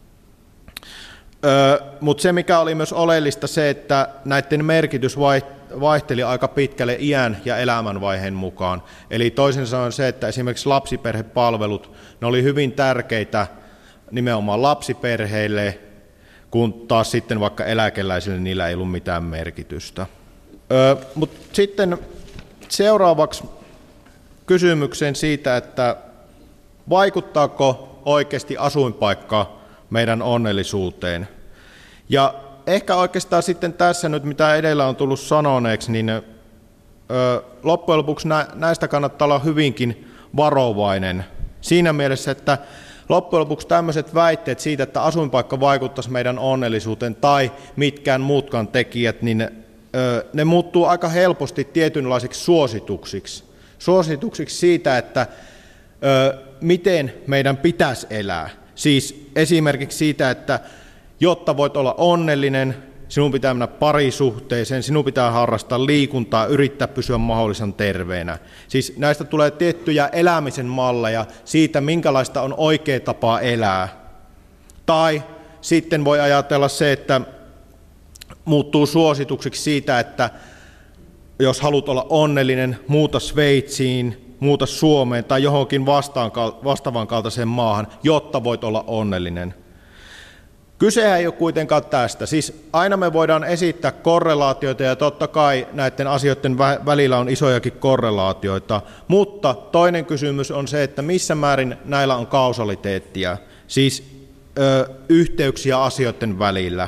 Mutta se, mikä oli myös oleellista, se, että näiden merkitys vaihteli aika pitkälle iän ja elämänvaiheen mukaan. Eli toisin sanoen se, että esimerkiksi lapsiperhepalvelut, ne oli hyvin tärkeitä nimenomaan lapsiperheille, kun taas sitten vaikka eläkeläisille niillä ei ollut mitään merkitystä. Mutta sitten seuraavaksi kysymykseen siitä, että vaikuttaako oikeasti asuinpaikka meidän onnellisuuteen. Ja ehkä oikeastaan sitten tässä nyt, mitä edellä on tullut sanoneeksi, niin ö, loppujen lopuksi nä, näistä kannattaa olla hyvinkin varovainen. Siinä mielessä, että loppujen lopuksi tämmöiset väitteet siitä, että asuinpaikka vaikuttaisi meidän onnellisuuteen tai mitkään muutkaan tekijät, niin ö, ne muuttuu aika helposti tietynlaisiksi suosituksiksi. Suosituksiksi siitä, että ö, miten meidän pitäisi elää. Siis esimerkiksi siitä, että jotta voit olla onnellinen, sinun pitää mennä parisuhteeseen, sinun pitää harrastaa liikuntaa, yrittää pysyä mahdollisimman terveenä. Siis näistä tulee tiettyjä elämisen malleja siitä, minkälaista on oikea tapa elää. Tai sitten voi ajatella se, että muuttuu suosituksiksi siitä, että jos haluat olla onnellinen, muuta Sveitsiin, muuta Suomeen tai johonkin vastaavan kaltaiseen maahan, jotta voit olla onnellinen. Kyse ei ole kuitenkaan tästä. Siis aina me voidaan esittää korrelaatioita, ja totta kai näiden asioiden välillä on isojakin korrelaatioita, mutta toinen kysymys on se, että missä määrin näillä on kausaliteettia, siis ö, yhteyksiä asioiden välillä.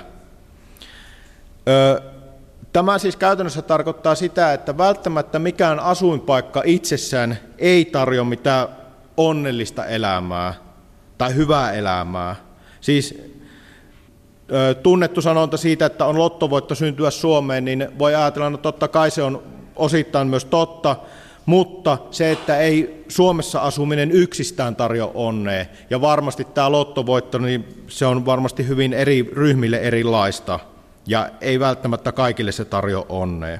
Ö, Tämä siis käytännössä tarkoittaa sitä, että välttämättä mikään asuinpaikka itsessään ei tarjoa mitään onnellista elämää tai hyvää elämää. Siis tunnettu sanonta siitä, että on lottovoitto syntyä Suomeen, niin voi ajatella, että totta kai se on osittain myös totta, mutta se, että ei Suomessa asuminen yksistään tarjoa onnea, ja varmasti tämä lottovoitto, niin se on varmasti hyvin eri ryhmille erilaista, ja ei välttämättä kaikille se tarjoa onnea.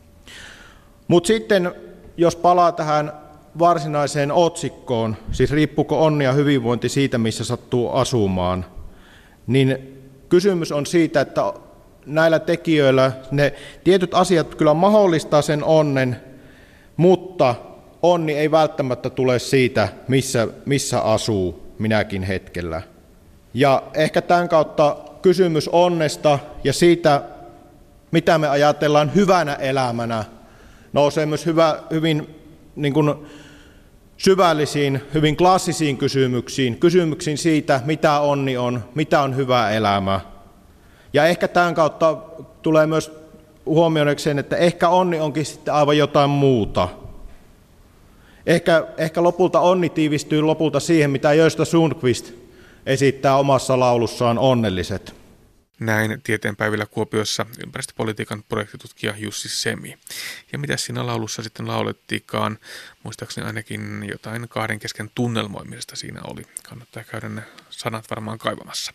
Mutta sitten, jos palaa tähän varsinaiseen otsikkoon, siis riippuuko onni ja hyvinvointi siitä, missä sattuu asumaan, niin kysymys on siitä, että näillä tekijöillä ne tietyt asiat kyllä mahdollistaa sen onnen, mutta onni ei välttämättä tule siitä, missä, missä asuu minäkin hetkellä. Ja ehkä tämän kautta kysymys onnesta ja siitä, mitä me ajatellaan hyvänä elämänä, nousee myös hyvä, hyvin niin kuin syvällisiin, hyvin klassisiin kysymyksiin, kysymyksiin siitä, mitä onni on, mitä on hyvä elämä. Ja ehkä tämän kautta tulee myös huomioineeksi sen, että ehkä onni onkin sitten aivan jotain muuta. Ehkä, ehkä lopulta onni tiivistyy lopulta siihen, mitä Gösta Sundqvist esittää omassa laulussaan Onnelliset.
Näin tieteenpäivillä Kuopiossa ympäristöpolitiikan projektitutkija Jussi Semi. Ja mitä siinä laulussa sitten laulettiinkaan, muistaakseni ainakin jotain kahden kesken tunnelmoimisesta siinä oli. Kannattaa käydä ne sanat varmaan kaivamassa.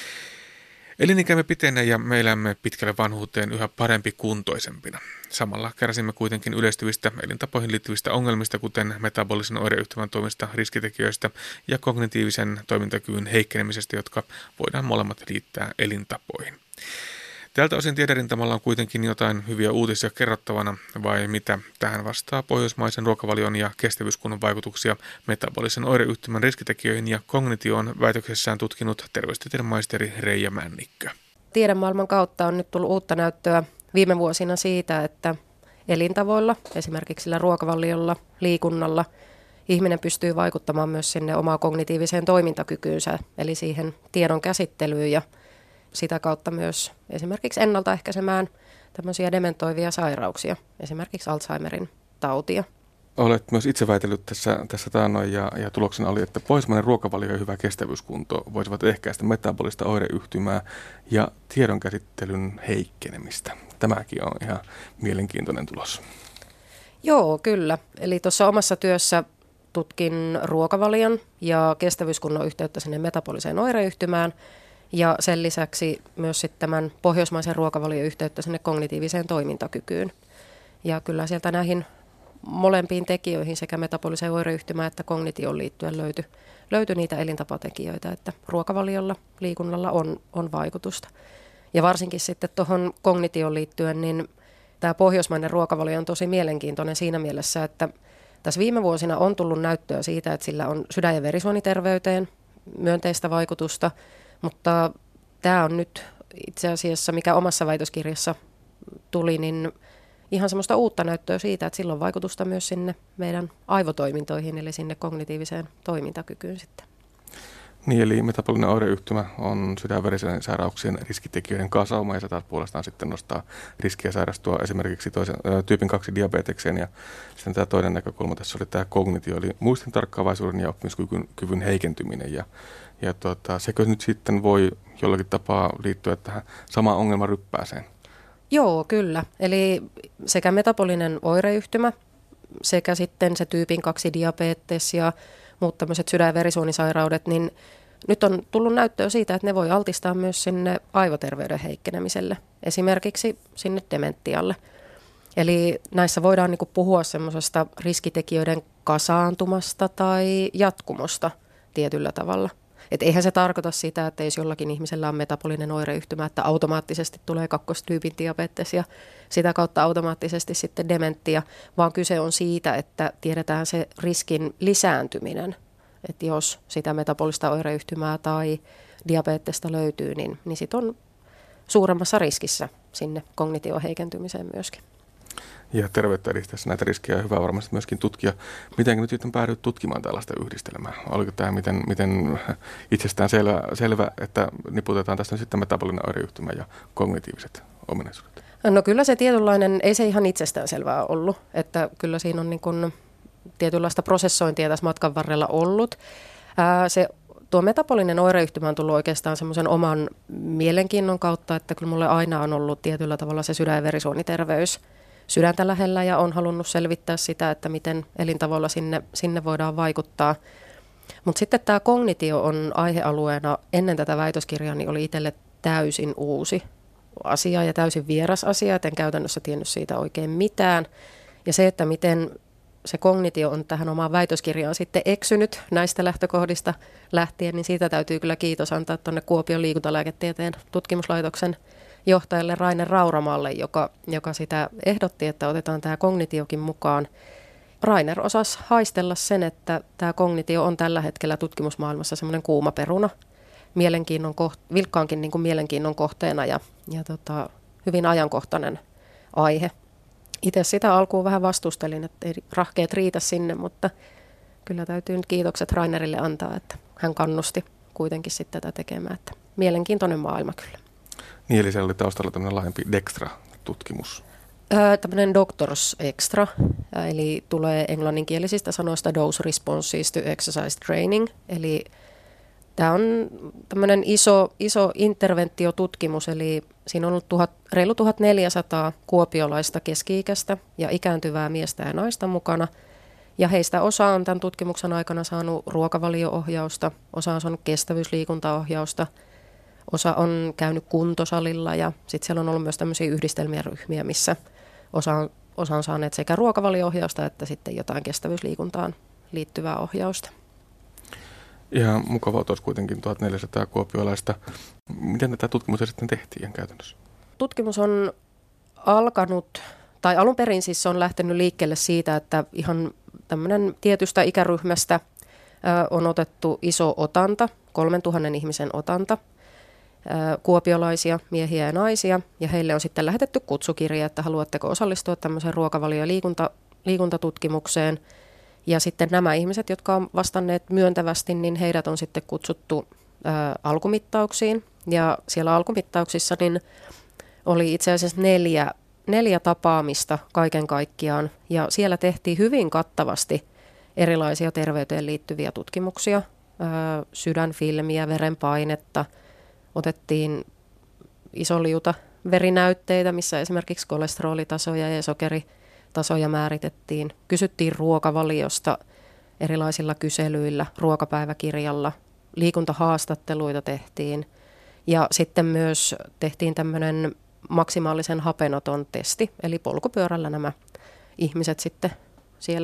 Elinikämme pitenee ja me elämme pitkälle vanhuuteen yhä parempi kuntoisempina. Samalla kärsimme kuitenkin yleistyvistä elintapoihin liittyvistä ongelmista, kuten metabolisen oireyhtymän toimista riskitekijöistä ja kognitiivisen toimintakyvyn heikkenemisestä, jotka voidaan molemmat liittää elintapoihin. Tältä osin tiederintamalla on kuitenkin jotain hyviä uutisia kerrottavana, vai mitä tähän vastaa pohjoismaisen ruokavalion ja kestävyyskunnon vaikutuksia metabolisen oireyhtymän riskitekijöihin ja kognitioon väitöksessään tutkinut terveystieteen maisteri Reija Männikkö.
Tiedemaailman kautta on nyt tullut uutta näyttöä viime vuosina siitä, että elintavoilla, esimerkiksi sillä ruokavaliolla, liikunnalla, ihminen pystyy vaikuttamaan myös sinne omaan kognitiiviseen toimintakykyynsä, eli siihen tiedon käsittelyyn ja sitä kautta myös esimerkiksi ennaltaehkäisemään tämmöisiä dementoivia sairauksia, esimerkiksi Alzheimerin tautia.
Olet myös itse väitellyt tässä, tässä taannoin ja, ja tuloksena oli, että pohjoismainen ruokavalio ja hyvä kestävyyskunto voisivat ehkäistä metabolista oireyhtymää ja tiedonkäsittelyn heikkenemistä. Tämäkin on ihan mielenkiintoinen tulos.
Joo, kyllä. Eli tuossa omassa työssä tutkin ruokavalion ja kestävyyskunnon yhteyttä sinne metaboliseen oireyhtymään ja sen lisäksi myös sitten tämän pohjoismaisen ruokavalion yhteyttä sinne kognitiiviseen toimintakykyyn. Ja kyllä sieltä näihin molempiin tekijöihin sekä metaboliseen oireyhtymään että kognitioon liittyen löytyi, löytyi niitä elintapatekijöitä, että ruokavaliolla, liikunnalla on, on vaikutusta. Ja varsinkin sitten tuohon kognitioon liittyen, niin tämä pohjoismainen ruokavalio on tosi mielenkiintoinen siinä mielessä, että tässä viime vuosina on tullut näyttöä siitä, että sillä on sydän- ja verisuoniterveyteen myönteistä vaikutusta, mutta tämä on nyt itse asiassa, mikä omassa väitöskirjassa tuli, niin ihan semmoista uutta näyttöä siitä, että sillä on vaikutusta myös sinne meidän aivotoimintoihin, eli sinne kognitiiviseen toimintakykyyn sitten.
Niin, eli metabolinen oireyhtymä on sydänverisen sairauksien riskitekijöiden kasauma, ja se taas puolestaan sitten nostaa riskiä sairastua esimerkiksi toisen, ä, tyypin kaksi diabetekseen, ja sitten tämä toinen näkökulma tässä oli tämä kognitio, eli muistin tarkkaavaisuuden ja oppimiskyvyn kyvyn heikentyminen, ja, ja tuota, sekö nyt sitten voi jollakin tapaa liittyä tähän samaan ongelmaryppääseen?
Joo, kyllä. Eli sekä metabolinen oireyhtymä sekä sitten se tyypin kaksi diabetes ja muut tämmöiset sydän- ja verisuonisairaudet, niin nyt on tullut näyttöä siitä, että ne voi altistaa myös sinne aivoterveyden heikkenemiselle, esimerkiksi sinne dementialle. Eli näissä voidaan niinku puhua semmoisesta riskitekijöiden kasaantumasta tai jatkumosta tietyllä tavalla. Et eihän se tarkoita sitä, että jos jollakin ihmisellä on metabolinen oireyhtymä, että automaattisesti tulee kakkostyypin diabetes ja sitä kautta automaattisesti sitten dementia, vaan kyse on siitä, että tiedetään se riskin lisääntyminen. Että jos sitä metabolista oireyhtymää tai diabetesta löytyy, niin, niin sit on suuremmassa riskissä sinne kognition heikentymiseen myöskin.
Ja terveyttä edistäessä näitä riskejä on hyvä varmasti myöskin tutkia. Miten nyt sitten päädyt tutkimaan tällaista yhdistelmää? Oliko tämä miten, miten itsestään selvä, selvä, että niputetaan tästä sitten metabolinen oireyhtymä ja kognitiiviset ominaisuudet?
No kyllä se tietynlainen, ei se ihan itsestään selvää ollut, että kyllä siinä on niin kuin tietynlaista prosessointia tässä matkan varrella ollut. Ää, se tuo metabolinen oireyhtymä on tullut oikeastaan semmoisen oman mielenkiinnon kautta, että kyllä mulle aina on ollut tietyllä tavalla se sydän- ja verisuoniterveys sydäntä lähellä ja on halunnut selvittää sitä, että miten elintavoilla sinne, sinne voidaan vaikuttaa. Mutta sitten tämä kognitio on aihealueena ennen tätä väitöskirjaa, niin oli itselle täysin uusi asia ja täysin vieras asia, et en käytännössä tiennyt siitä oikein mitään. Ja se, että miten se kognitio on tähän omaan väitöskirjaan sitten eksynyt näistä lähtökohdista lähtien, niin siitä täytyy kyllä kiitos antaa tuonne Kuopion liikuntalääketieteen tutkimuslaitoksen johtajalle Rainer Rauramaalle, joka, joka sitä ehdotti, että otetaan tämä kognitiokin mukaan. Rainer osasi haistella sen, että tämä kognitio on tällä hetkellä tutkimusmaailmassa semmoinen kuuma peruna, mielenkiinnon koht- vilkkaankin niin kuin mielenkiinnon kohteena ja, ja tota, hyvin ajankohtainen aihe. Itse sitä alkuun vähän vastustelin, että ei rahkeet riitä sinne, mutta kyllä täytyy nyt kiitokset Rainerille antaa, että hän kannusti kuitenkin sitten tätä tekemään. Että mielenkiintoinen maailma kyllä.
Niin, eli siellä oli taustalla tämmöinen laajempi Dextra-tutkimus.
Öö, tämmöinen Doctors Extra, eli tulee englanninkielisistä sanoista Dose Responses to Exercise Training, eli tämä on tämmöinen iso, iso interventiotutkimus, eli siinä on ollut tuhat, reilu tuhatneljäsataa kuopiolaista keski-ikäistä ja ikääntyvää miestä ja naista mukana. Ja heistä osa on tämän tutkimuksen aikana saanut ruokavalio-ohjausta, osa on saanut kestävyysliikuntaohjausta, osa on käynyt kuntosalilla ja sitten siellä on ollut myös tämmöisiä yhdistelmiä ryhmiä, missä osa on, osa on saaneet sekä ruokavalio-ohjausta että sitten jotain kestävyysliikuntaan liittyvää ohjausta.
Ihan mukavaa olisi kuitenkin tuhatneljäsataa kuopiolaista. Miten tätä tutkimusta sitten tehtiin ihan käytännössä?
Tutkimus on alkanut, tai alun perin siis se on lähtenyt liikkeelle siitä, että ihan tämmöinen tietystä ikäryhmästä ö, on otettu iso otanta, kolmen tuhannen ihmisen otanta, ö, kuopiolaisia miehiä ja naisia, ja heille on sitten lähetetty kutsukirja, että haluatteko osallistua tämmöiseen ruokavalio- ja liikunta, liikuntatutkimukseen. Ja sitten nämä ihmiset, jotka on vastanneet myöntävästi, niin heidät on sitten kutsuttu ää, alkumittauksiin. Ja siellä alkumittauksissa niin oli itse asiassa neljä, neljä tapaamista kaiken kaikkiaan. Ja siellä tehtiin hyvin kattavasti erilaisia terveyteen liittyviä tutkimuksia, ää, sydänfilmiä, verenpainetta. Otettiin iso liuta verinäytteitä, missä esimerkiksi kolesterolitasoja ja sokeri tasoja määritettiin, kysyttiin ruokavaliosta erilaisilla kyselyillä, ruokapäiväkirjalla, liikuntahaastatteluita tehtiin ja sitten myös tehtiin tämmöinen maksimaalisen hapenoton testi, eli polkupyörällä nämä ihmiset sitten siellä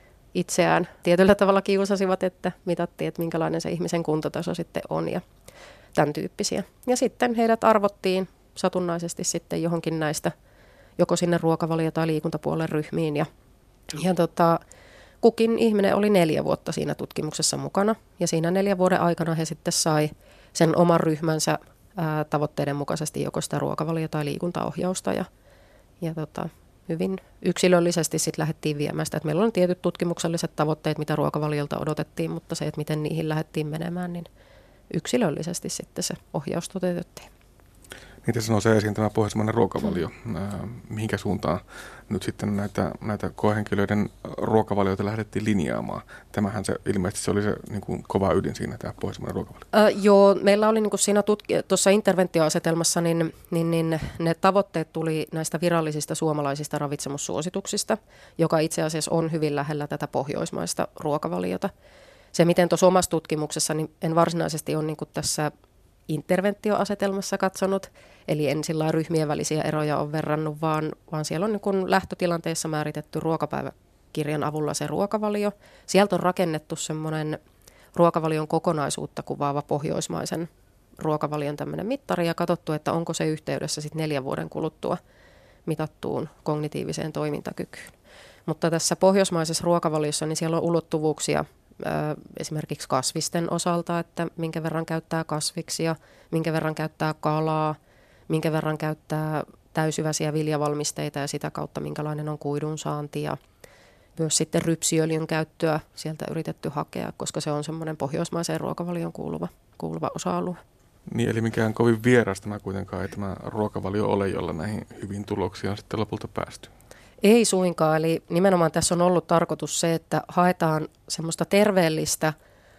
itseään tietyllä tavalla kiusasivat, että mitattiin, että minkälainen se ihmisen kuntotaso sitten on ja tämän tyyppisiä. Ja sitten heidät arvottiin satunnaisesti sitten johonkin näistä joko sinne ruokavalio- tai liikuntapuolen ryhmiin. Ja, ja tota, kukin ihminen oli neljä vuotta siinä tutkimuksessa mukana. Ja siinä neljän vuoden aikana he sitten sai sen oman ryhmänsä ää, tavoitteiden mukaisesti joko sitä ruokavalio- tai liikuntaohjausta. Ja, ja tota, hyvin yksilöllisesti sitten lähdettiin viemään sitä. Että meillä on tietyt tutkimukselliset tavoitteet, mitä ruokavaliolta odotettiin, mutta se, että miten niihin lähdettiin menemään, niin yksilöllisesti sitten se ohjaus toteutettiin.
Niin tässä nousee esiin tämä pohjoismainen ruokavalio. Mihinkä suuntaan nyt sitten näitä, näitä koehenkilöiden ruokavalioita lähdettiin linjaamaan? Tämähän se ilmeisesti se oli se niin kuin kova ydin siinä, tämä pohjoismainen ruokavalio. Äh,
joo, meillä oli niin kuin siinä tutki- tuossa interventioasetelmassa, niin, niin, niin ne tavoitteet tuli näistä virallisista suomalaisista ravitsemussuosituksista, joka itse asiassa on hyvin lähellä tätä pohjoismaista ruokavaliota. Se, miten tuossa omassa tutkimuksessa, niin en varsinaisesti ole niin kuin tässä interventioasetelmassa katsonut, eli en sillä ryhmien välisiä eroja ole verrannut, vaan, vaan siellä on niin kuin lähtötilanteessa määritetty ruokapäiväkirjan avulla se ruokavalio. Sieltä on rakennettu semmoinen ruokavalion kokonaisuutta kuvaava pohjoismaisen ruokavalion tämmöinen mittari ja katsottu, että onko se yhteydessä sitten neljän vuoden kuluttua mitattuun kognitiiviseen toimintakykyyn. Mutta tässä pohjoismaisessa ruokavaliossa niin siellä on ulottuvuuksia esimerkiksi kasvisten osalta, että minkä verran käyttää kasviksia, minkä verran käyttää kalaa, minkä verran käyttää täysiväisiä viljavalmisteita ja sitä kautta minkälainen on kuidun saanti ja myös sitten rypsiöljyn käyttöä sieltä yritetty hakea, koska se on semmoinen pohjoismaiseen ruokavalion kuuluva, kuuluva osa-alue.
Niin, eli mikään kovin vieras tämä kuitenkaan ei tämä ruokavalio ole, jolla näihin hyviin tuloksiin on sitten lopulta päästy.
Ei suinkaan, eli nimenomaan tässä on ollut tarkoitus se, että haetaan semmoista terveellistä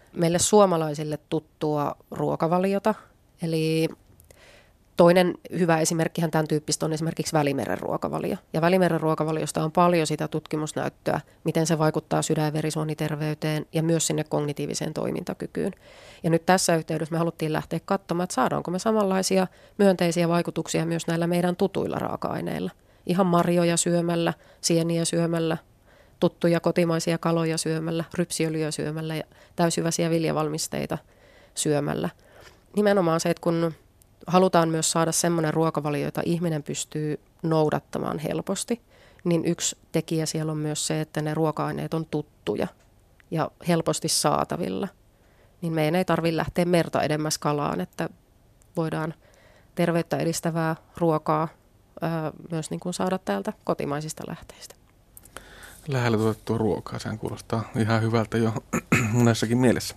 meille suomalaisille tuttua ruokavaliota. Eli toinen hyvä esimerkkihän tämän tyyppistä on esimerkiksi Välimeren ruokavalio. Ja Välimeren ruokavaliosta on paljon sitä tutkimusnäyttöä, miten se vaikuttaa sydän- ja verisuoniterveyteen ja myös sinne kognitiiviseen toimintakykyyn. Ja nyt tässä yhteydessä me haluttiin lähteä katsomaan, että saadaanko me samanlaisia myönteisiä vaikutuksia myös näillä meidän tutuilla raaka-aineilla. Ihan marjoja syömällä, sieniä syömällä, tuttuja kotimaisia kaloja syömällä, rypsiöljyä syömällä ja täysyväisiä viljavalmisteita syömällä. Nimenomaan se, että kun halutaan myös saada semmoinen ruokavalio, jota ihminen pystyy noudattamaan helposti, niin yksi tekijä siellä on myös se, että ne ruoka-aineet on tuttuja ja helposti saatavilla. Niin meidän ei tarvitse lähteä merta edemmäs kalaan, että voidaan terveyttä edistävää ruokaa ää, myös niin kuin saada täältä kotimaisista lähteistä.
Lähellä tuotettua ruokaa, sehän kuulostaa ihan hyvältä jo monessakin mielessä.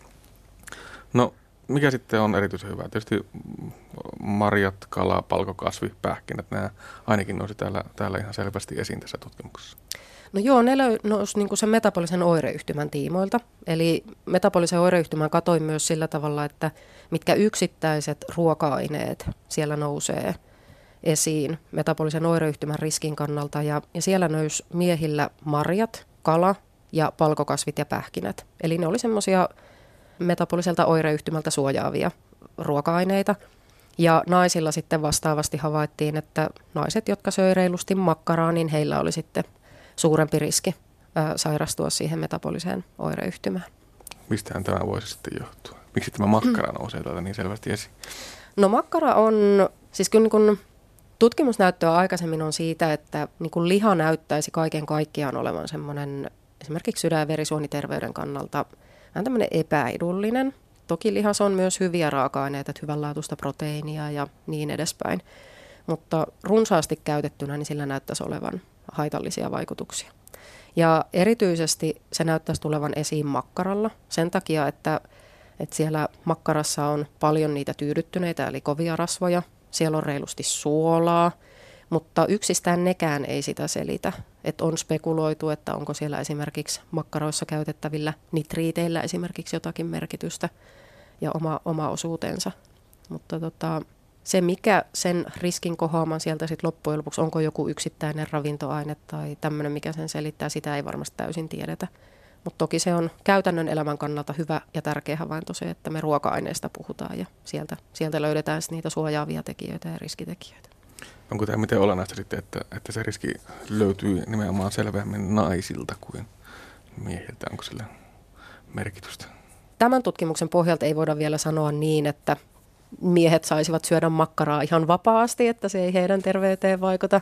No, mikä sitten on erityisen hyvä? Tietysti marjat, kala, palkokasvi, pähkinät, nämä ainakin nousi täällä, täällä ihan selvästi esiin tässä tutkimuksessa.
No joo, ne nousi niin kuin sen metabolisen oireyhtymän tiimoilta. Eli metabolisen oireyhtymän katoin myös sillä tavalla, että mitkä yksittäiset ruoka-aineet siellä nousee esiin metabolisen oireyhtymän riskin kannalta. Ja, ja siellä nousi miehillä marjat, kala ja palkokasvit ja pähkinät. Eli ne oli semmoisia metaboliselta oireyhtymältä suojaavia ruoka-aineita. Ja naisilla sitten vastaavasti havaittiin, että naiset, jotka söi reilusti makkaraa, niin heillä oli sitten suurempi riski ää, sairastua siihen metaboliseen oireyhtymään.
Mistähän tämä voisi sitten johtua? Miksi tämä makkara nousee täältä niin selvästi esiin?
No makkara on, siis kyllä niin kuin tutkimusnäyttöä aikaisemmin on siitä, että niin kuin liha näyttäisi kaiken kaikkiaan olevan semmoinen esimerkiksi sydän- ja verisuoniterveyden kannalta vähän tämmöinen epäedullinen. Toki lihas on myös hyviä raaka-aineita, että hyvänlaatuista proteiinia ja niin edespäin. Mutta runsaasti käytettynä niin sillä näyttäisi olevan haitallisia vaikutuksia. Ja erityisesti se näyttäisi tulevan esiin makkaralla sen takia, että, että siellä makkarassa on paljon niitä tyydyttyneitä eli kovia rasvoja. Siellä on reilusti suolaa, mutta yksistään nekään ei sitä selitä. Että on spekuloitu, että onko siellä esimerkiksi makkaroissa käytettävillä nitriiteillä esimerkiksi jotakin merkitystä ja oma, oma osuutensa. Mutta tota, se, mikä sen riskin kohoaman sieltä sitten loppujen lopuksi, onko joku yksittäinen ravintoaine tai tämmöinen, mikä sen selittää, sitä ei varmasti täysin tiedetä. Mutta toki se on käytännön elämän kannalta hyvä ja tärkeä havainto se, että me ruoka-aineista puhutaan ja sieltä, sieltä löydetään niitä suojaavia tekijöitä ja riskitekijöitä.
Onko tämä miten olennaista sitten, että, että se riski löytyy nimenomaan selvemmin naisilta kuin miehiltä? Onko sillä merkitystä?
Tämän tutkimuksen pohjalta ei voida vielä sanoa niin, että miehet saisivat syödä makkaraa ihan vapaasti, että se ei heidän terveyteen vaikuta,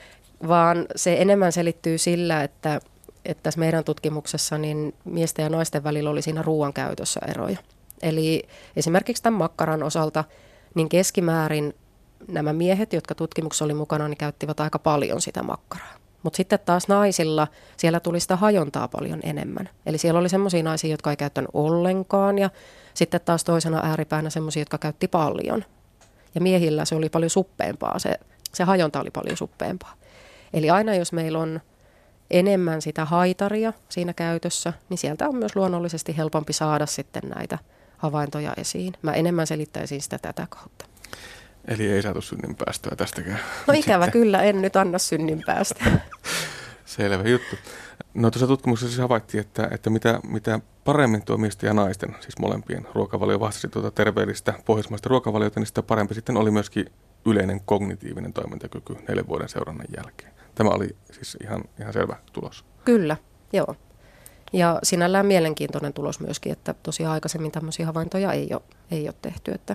vaan se enemmän selittyy sillä, että, että tässä meidän tutkimuksessa niin miesten ja naisten välillä oli siinä ruoan käytössä eroja. Eli esimerkiksi tämän makkaran osalta niin keskimäärin nämä miehet, jotka tutkimuksessa oli mukana, niin käyttivät aika paljon sitä makkaraa. Mutta sitten taas naisilla siellä tuli sitä hajontaa paljon enemmän. Eli siellä oli semmoisia naisia, jotka ei käyttänyt ollenkaan ja sitten taas toisena ääripäänä semmoisia, jotka käytti paljon. Ja miehillä se oli paljon suppeempaa, se, se hajonta oli paljon suppeempaa. Eli aina jos meillä on enemmän sitä haitaria siinä käytössä, niin sieltä on myös luonnollisesti helpompi saada sitten näitä havaintoja esiin. Mä enemmän selittäisin sitä tätä kautta.
Eli ei saatu synninpäästöä tästäkään.
No ikävä sitten. Kyllä, en nyt anna synninpäästöä.
Selvä juttu. No tuossa tutkimuksessa siis havaittiin, että, että mitä, mitä paremmin tuo miesten ja naisten, siis molempien ruokavalio vastasi tuota terveellistä pohjoismaista ruokavaliota, niin sitä parempi sitten oli myöskin yleinen kognitiivinen toimintakyky neljän vuoden seurannan jälkeen. Tämä oli siis ihan, ihan selvä tulos.
Kyllä, joo. Ja sinällään mielenkiintoinen tulos myöskin, että tosiaan aikaisemmin tämmöisiä havaintoja ei ole, ei ole tehty. Että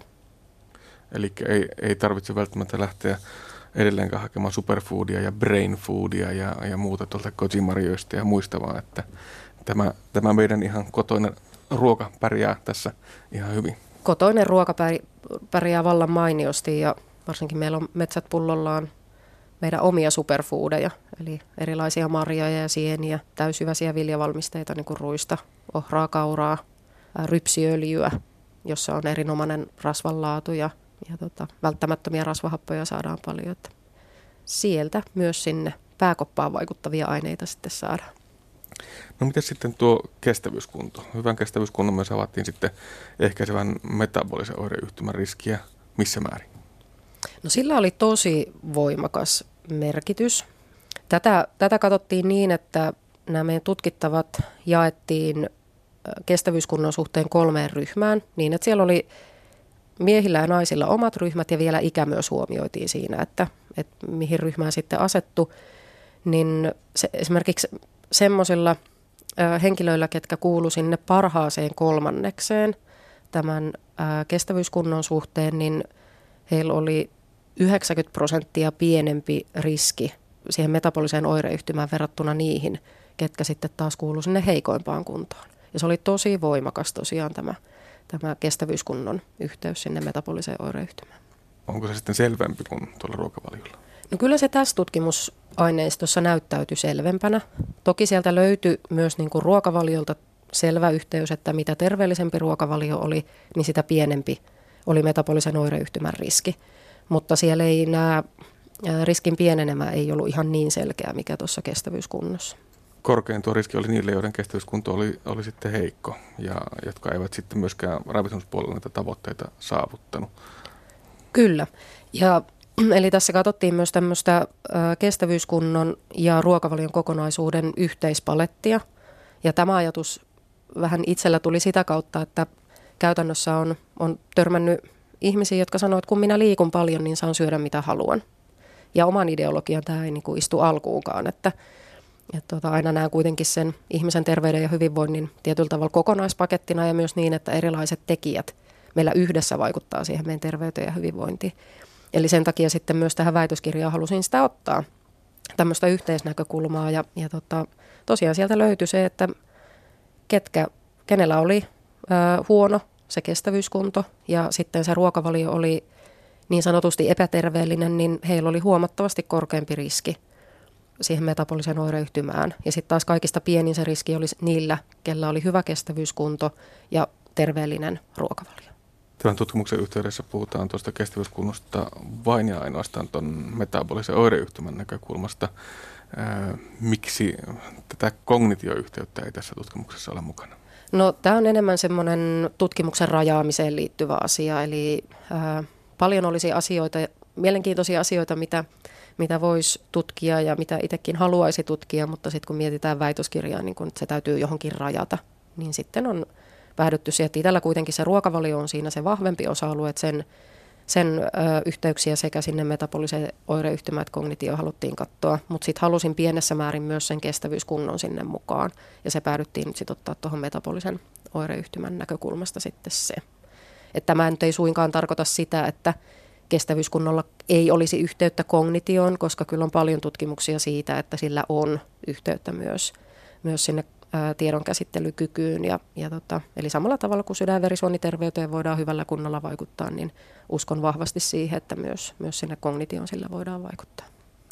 Eli ei, ei tarvitse välttämättä lähteä edelleenkaan hakemaan superfoodia ja brain foodia ja, ja muuta tuolta kojimarjoista ja muista, vaan että tämä, tämä meidän ihan kotoinen ruoka pärjää tässä ihan hyvin.
Kotoinen ruoka pärjää vallan mainiosti ja varsinkin meillä on metsät pullollaan meidän omia superfoodeja, eli erilaisia marjoja ja sieniä, täysyväisiä viljavalmisteita, niin kuin ruista, ohraa, kauraa, rypsiöljyä, jossa on erinomainen rasvanlaatu ja, ja tota, välttämättömiä rasvahappoja saadaan paljon. Että sieltä myös sinne pääkoppaan vaikuttavia aineita sitten saadaan.
No miten sitten tuo kestävyyskunto? Hyvän kestävyyskunnon myös avattiin sitten ehkäisevän metabolisen oireyhtymän riskiä missä määrin?
No sillä oli tosi voimakas merkitys. Tätä, tätä katsottiin niin, että nämä meidän tutkittavat jaettiin kestävyyskunnon suhteen kolmeen ryhmään, niin että siellä oli miehillä ja naisilla omat ryhmät ja vielä ikä myös huomioitiin siinä, että, että mihin ryhmään sitten asettu. Niin se, esimerkiksi semmoisilla henkilöillä, ketkä kuulu sinne parhaaseen kolmannekseen tämän ää, kestävyyskunnon suhteen, niin heillä oli yhdeksänkymmentä prosenttia pienempi riski siihen metaboliseen oireyhtymään verrattuna niihin, ketkä sitten taas kuulu sinne heikoimpaan kuntoon. Ja se oli tosi voimakas tosiaan tämä, tämä kestävyyskunnon yhteys sinne metaboliseen oireyhtymään.
Onko se sitten selvempi kuin tuolla ruokavaliolla?
No kyllä se tässä tutkimusaineistossa näyttäytyi selvempänä. Toki sieltä löytyi myös niin kuin ruokavaliolta selvä yhteys, että mitä terveellisempi ruokavalio oli, niin sitä pienempi oli metabolisen oireyhtymän riski. Mutta siellä ei nämä riskin pienenemä ei ollut ihan niin selkeä, mikä tuossa kestävyyskunnossa.
Korkein tuo riski oli niille, joiden kestävyyskunto oli, oli sitten heikko ja jotka eivät sitten myöskään ravitsemuspuolella näitä tavoitteita saavuttanut.
Kyllä. Ja, eli tässä katsottiin myös tämmöistä ä, kestävyyskunnon ja ruokavalion kokonaisuuden yhteispalettia. Ja tämä ajatus vähän itsellä tuli sitä kautta, että käytännössä on, on törmännyt ihmisiä, jotka sanoo, että kun minä liikun paljon, niin saan syödä mitä haluan. Ja oman ideologian tämä ei niin kuin istu alkuunkaan, että, että tuota, aina näen kuitenkin sen ihmisen terveyden ja hyvinvoinnin tietyllä tavalla kokonaispakettina ja myös niin, että erilaiset tekijät meillä yhdessä vaikuttaa siihen meidän terveyteen ja hyvinvointiin. Eli sen takia sitten myös tähän väitöskirjaan halusin sitä ottaa, tämmöistä yhteisnäkökulmaa ja, ja tota, tosiaan sieltä löytyi se, että ketkä, kenellä oli ää, huono se kestävyyskunto ja sitten se ruokavalio oli niin sanotusti epäterveellinen, niin heillä oli huomattavasti korkeampi riski siihen metaboliseen oireyhtymään. Ja sitten taas kaikista pienin se riski oli niillä, kellä oli hyvä kestävyyskunto ja terveellinen ruokavalio.
Tämän tutkimuksen yhteydessä puhutaan tuosta kestävyyskunnosta vain ja ainoastaan tuon metabolisen oireyhtymän näkökulmasta. Ää, miksi tätä kognitioyhteyttä ei tässä tutkimuksessa ole mukana?
No tämä on enemmän semmoinen tutkimuksen rajaamiseen liittyvä asia, eli ää, paljon olisi asioita, mielenkiintoisia asioita, mitä, mitä voisi tutkia ja mitä itsekin haluaisi tutkia, mutta sitten kun mietitään väitöskirjaa, niin kun se täytyy johonkin rajata, niin sitten on päädytty siihen, että itsellä kuitenkin se ruokavalio on siinä se vahvempi osa-alue, että sen, sen ö, yhteyksiä sekä sinne metaboliseen oireyhtymään että kognitioon haluttiin katsoa, mutta sitten halusin pienessä määrin myös sen kestävyyskunnon sinne mukaan, ja se päädyttiin nyt sitten ottaa tuohon metabolisen oireyhtymän näkökulmasta sitten se. Että tämä nyt ei suinkaan tarkoita sitä, että kestävyyskunnolla ei olisi yhteyttä kognitioon, koska kyllä on paljon tutkimuksia siitä, että sillä on yhteyttä myös, myös sinne ää, tiedonkäsittelykykyyn. Ja, ja tota, eli samalla tavalla kuin sydän- ja verisuoniterveyteen voidaan hyvällä kunnolla vaikuttaa, niin uskon vahvasti siihen, että myös, myös sinne kognitioon sillä voidaan vaikuttaa.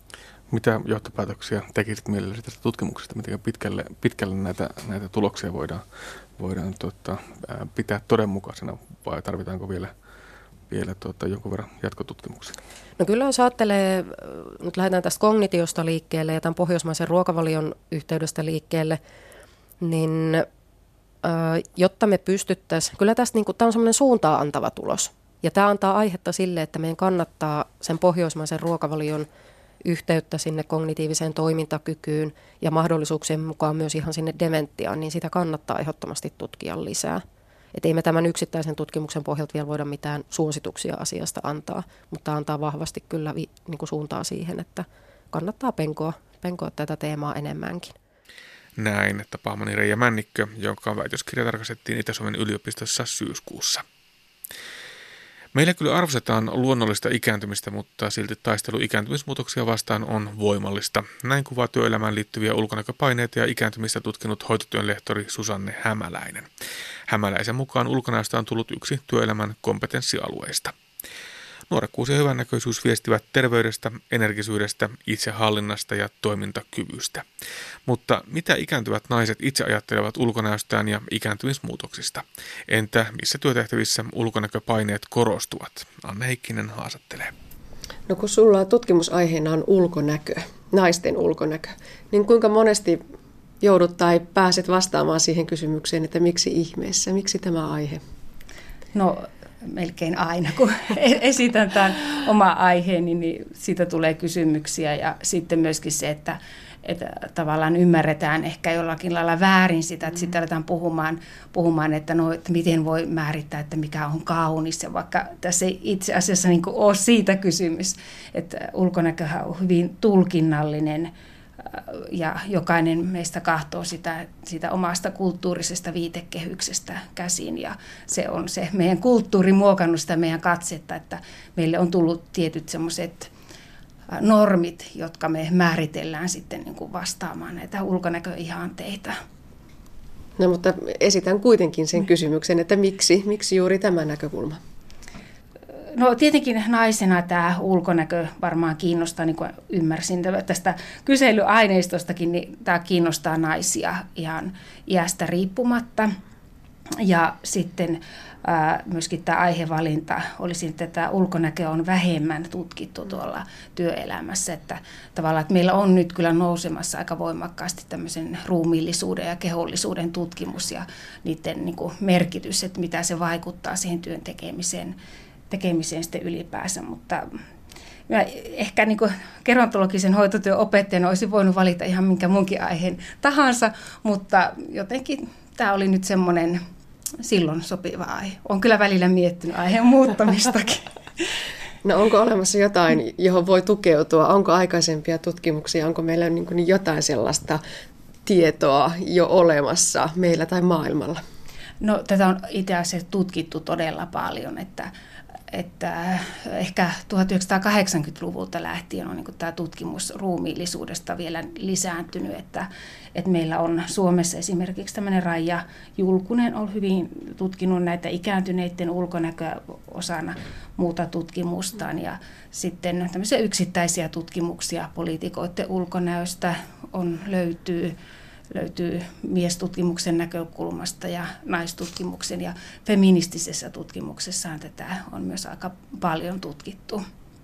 Mitä johtopäätöksiä tekisit mielelläsi tästä tutkimuksesta? Miten pitkälle, pitkälle näitä, näitä tuloksia voidaan, voidaan tuota, pitää todenmukaisena vai tarvitaanko vielä, vielä tuota, jonkun verran jatkotutkimuksia? No
kyllä jos ajattelee, nyt lähdetään tästä kognitiosta liikkeelle ja tämän pohjoismaisen ruokavalion yhteydestä liikkeelle, niin äh, jotta me pystyttäisiin, kyllä tästä niin kuin, tämä on semmoinen suuntaa antava tulos. Ja tämä antaa aihetta sille, että meidän kannattaa sen pohjoismaisen ruokavalion yhteyttä sinne kognitiiviseen toimintakykyyn ja mahdollisuuksien mukaan myös ihan sinne dementiaan, niin sitä kannattaa ehdottomasti tutkia lisää. Et ei me tämän yksittäisen tutkimuksen pohjalta vielä voida mitään suosituksia asiasta antaa, mutta antaa vahvasti kyllä vi, niin kuin suuntaa siihen, että kannattaa penkoa, penkoa tätä teemaa enemmänkin.
Näin, että Pahmani Reija Männikkö, jonka väitöskirja tarkastettiin Itä-Suomen yliopistossa syyskuussa. Meillä kyllä arvostetaan luonnollista ikääntymistä, mutta silti taistelu ikääntymismuutoksia vastaan on voimallista. Näin kuvaa työelämään liittyviä ulkonäköpaineita ja ikääntymistä tutkinut hoitotyön lehtori Susanne Hämäläinen. Hämäläisen mukaan ulkonäöstä on tullut yksi työelämän kompetenssialueista. Nuorekkuus ja hyvännäköisyys viestivät terveydestä, energisyydestä, itsehallinnasta ja toimintakyvystä. Mutta mitä ikääntyvät naiset itse ajattelevat ulkonäöstään ja ikääntymismuutoksista? Entä missä työtehtävissä ulkonäköpaineet korostuvat? Anne Heikkinen haastattelee.
No kun sulla tutkimusaiheena on ulkonäkö, naisten ulkonäkö, niin kuinka monesti joudut tai pääset vastaamaan siihen kysymykseen, että miksi ihmeessä, miksi tämä aihe?
No melkein aina, kun esitän tämän oma aiheeni, niin siitä tulee kysymyksiä ja sitten myöskin se, että, että tavallaan ymmärretään ehkä jollakin lailla väärin sitä, että sitten aletaan puhumaan, puhumaan että, no, että miten voi määrittää, että mikä on kaunis, ja vaikka tässä ei itse asiassa niin kuin ole siitä kysymys, että ulkonäköhän on hyvin tulkinnallinen, ja jokainen meistä kahtoo sitä, sitä omasta kulttuurisesta viitekehyksestä käsin, ja se on se meidän kulttuuri muokannut sitä meidän katsetta, että meille on tullut tietyt semmoiset normit, jotka me määritellään sitten niin kuin vastaamaan näitä ulkonäköihanteita.
No mutta esitän kuitenkin sen kysymyksen, että miksi, miksi juuri tämä näkökulma?
No tietenkin naisena tämä ulkonäkö varmaan kiinnostaa, niin kuin ymmärsin tästä kyselyaineistostakin, niin tämä kiinnostaa naisia ihan iästä riippumatta. Ja sitten ää, myöskin tämä aihevalinta olisi, että tämä ulkonäkö on vähemmän tutkittu tuolla työelämässä. Että tavallaan, että meillä on nyt kyllä nousemassa aika voimakkaasti tämmöisen ruumiillisuuden ja kehollisuuden tutkimus ja niiden niin kuin merkitys, että mitä se vaikuttaa siihen työn tekemiseen. tekemiseen sitten ylipäänsä, mutta mä ehkä niin kuin gerontologisen hoitotyön opettajana olisin voinut valita ihan minkä munkin aiheen tahansa, mutta jotenkin tämä oli nyt semmoinen silloin sopiva aihe. Olen kyllä välillä miettinyt aiheen muuttamistakin.
No onko olemassa jotain, johon voi tukeutua? Onko aikaisempia tutkimuksia? Onko meillä niin kuin jotain sellaista tietoa jo olemassa meillä tai maailmalla? No
tätä on itse asiassa tutkittu todella paljon, että että ehkä tuhatyhdeksänsataakahdeksankymmentäluvulta lähtien on niin kuin tämä tutkimus ruumiillisuudesta vielä lisääntynyt, että, että meillä on Suomessa esimerkiksi tämmöinen Raija Julkunen on hyvin tutkinut näitä ikääntyneiden ulkonäköä osana muuta tutkimustaan, ja sitten tämmöisiä yksittäisiä tutkimuksia poliitikoiden ulkonäöstä on löytyy. löytyy miestutkimuksen näkökulmasta ja naistutkimuksen, ja feministisessä tutkimuksessaan tätä on myös aika paljon tutkittu.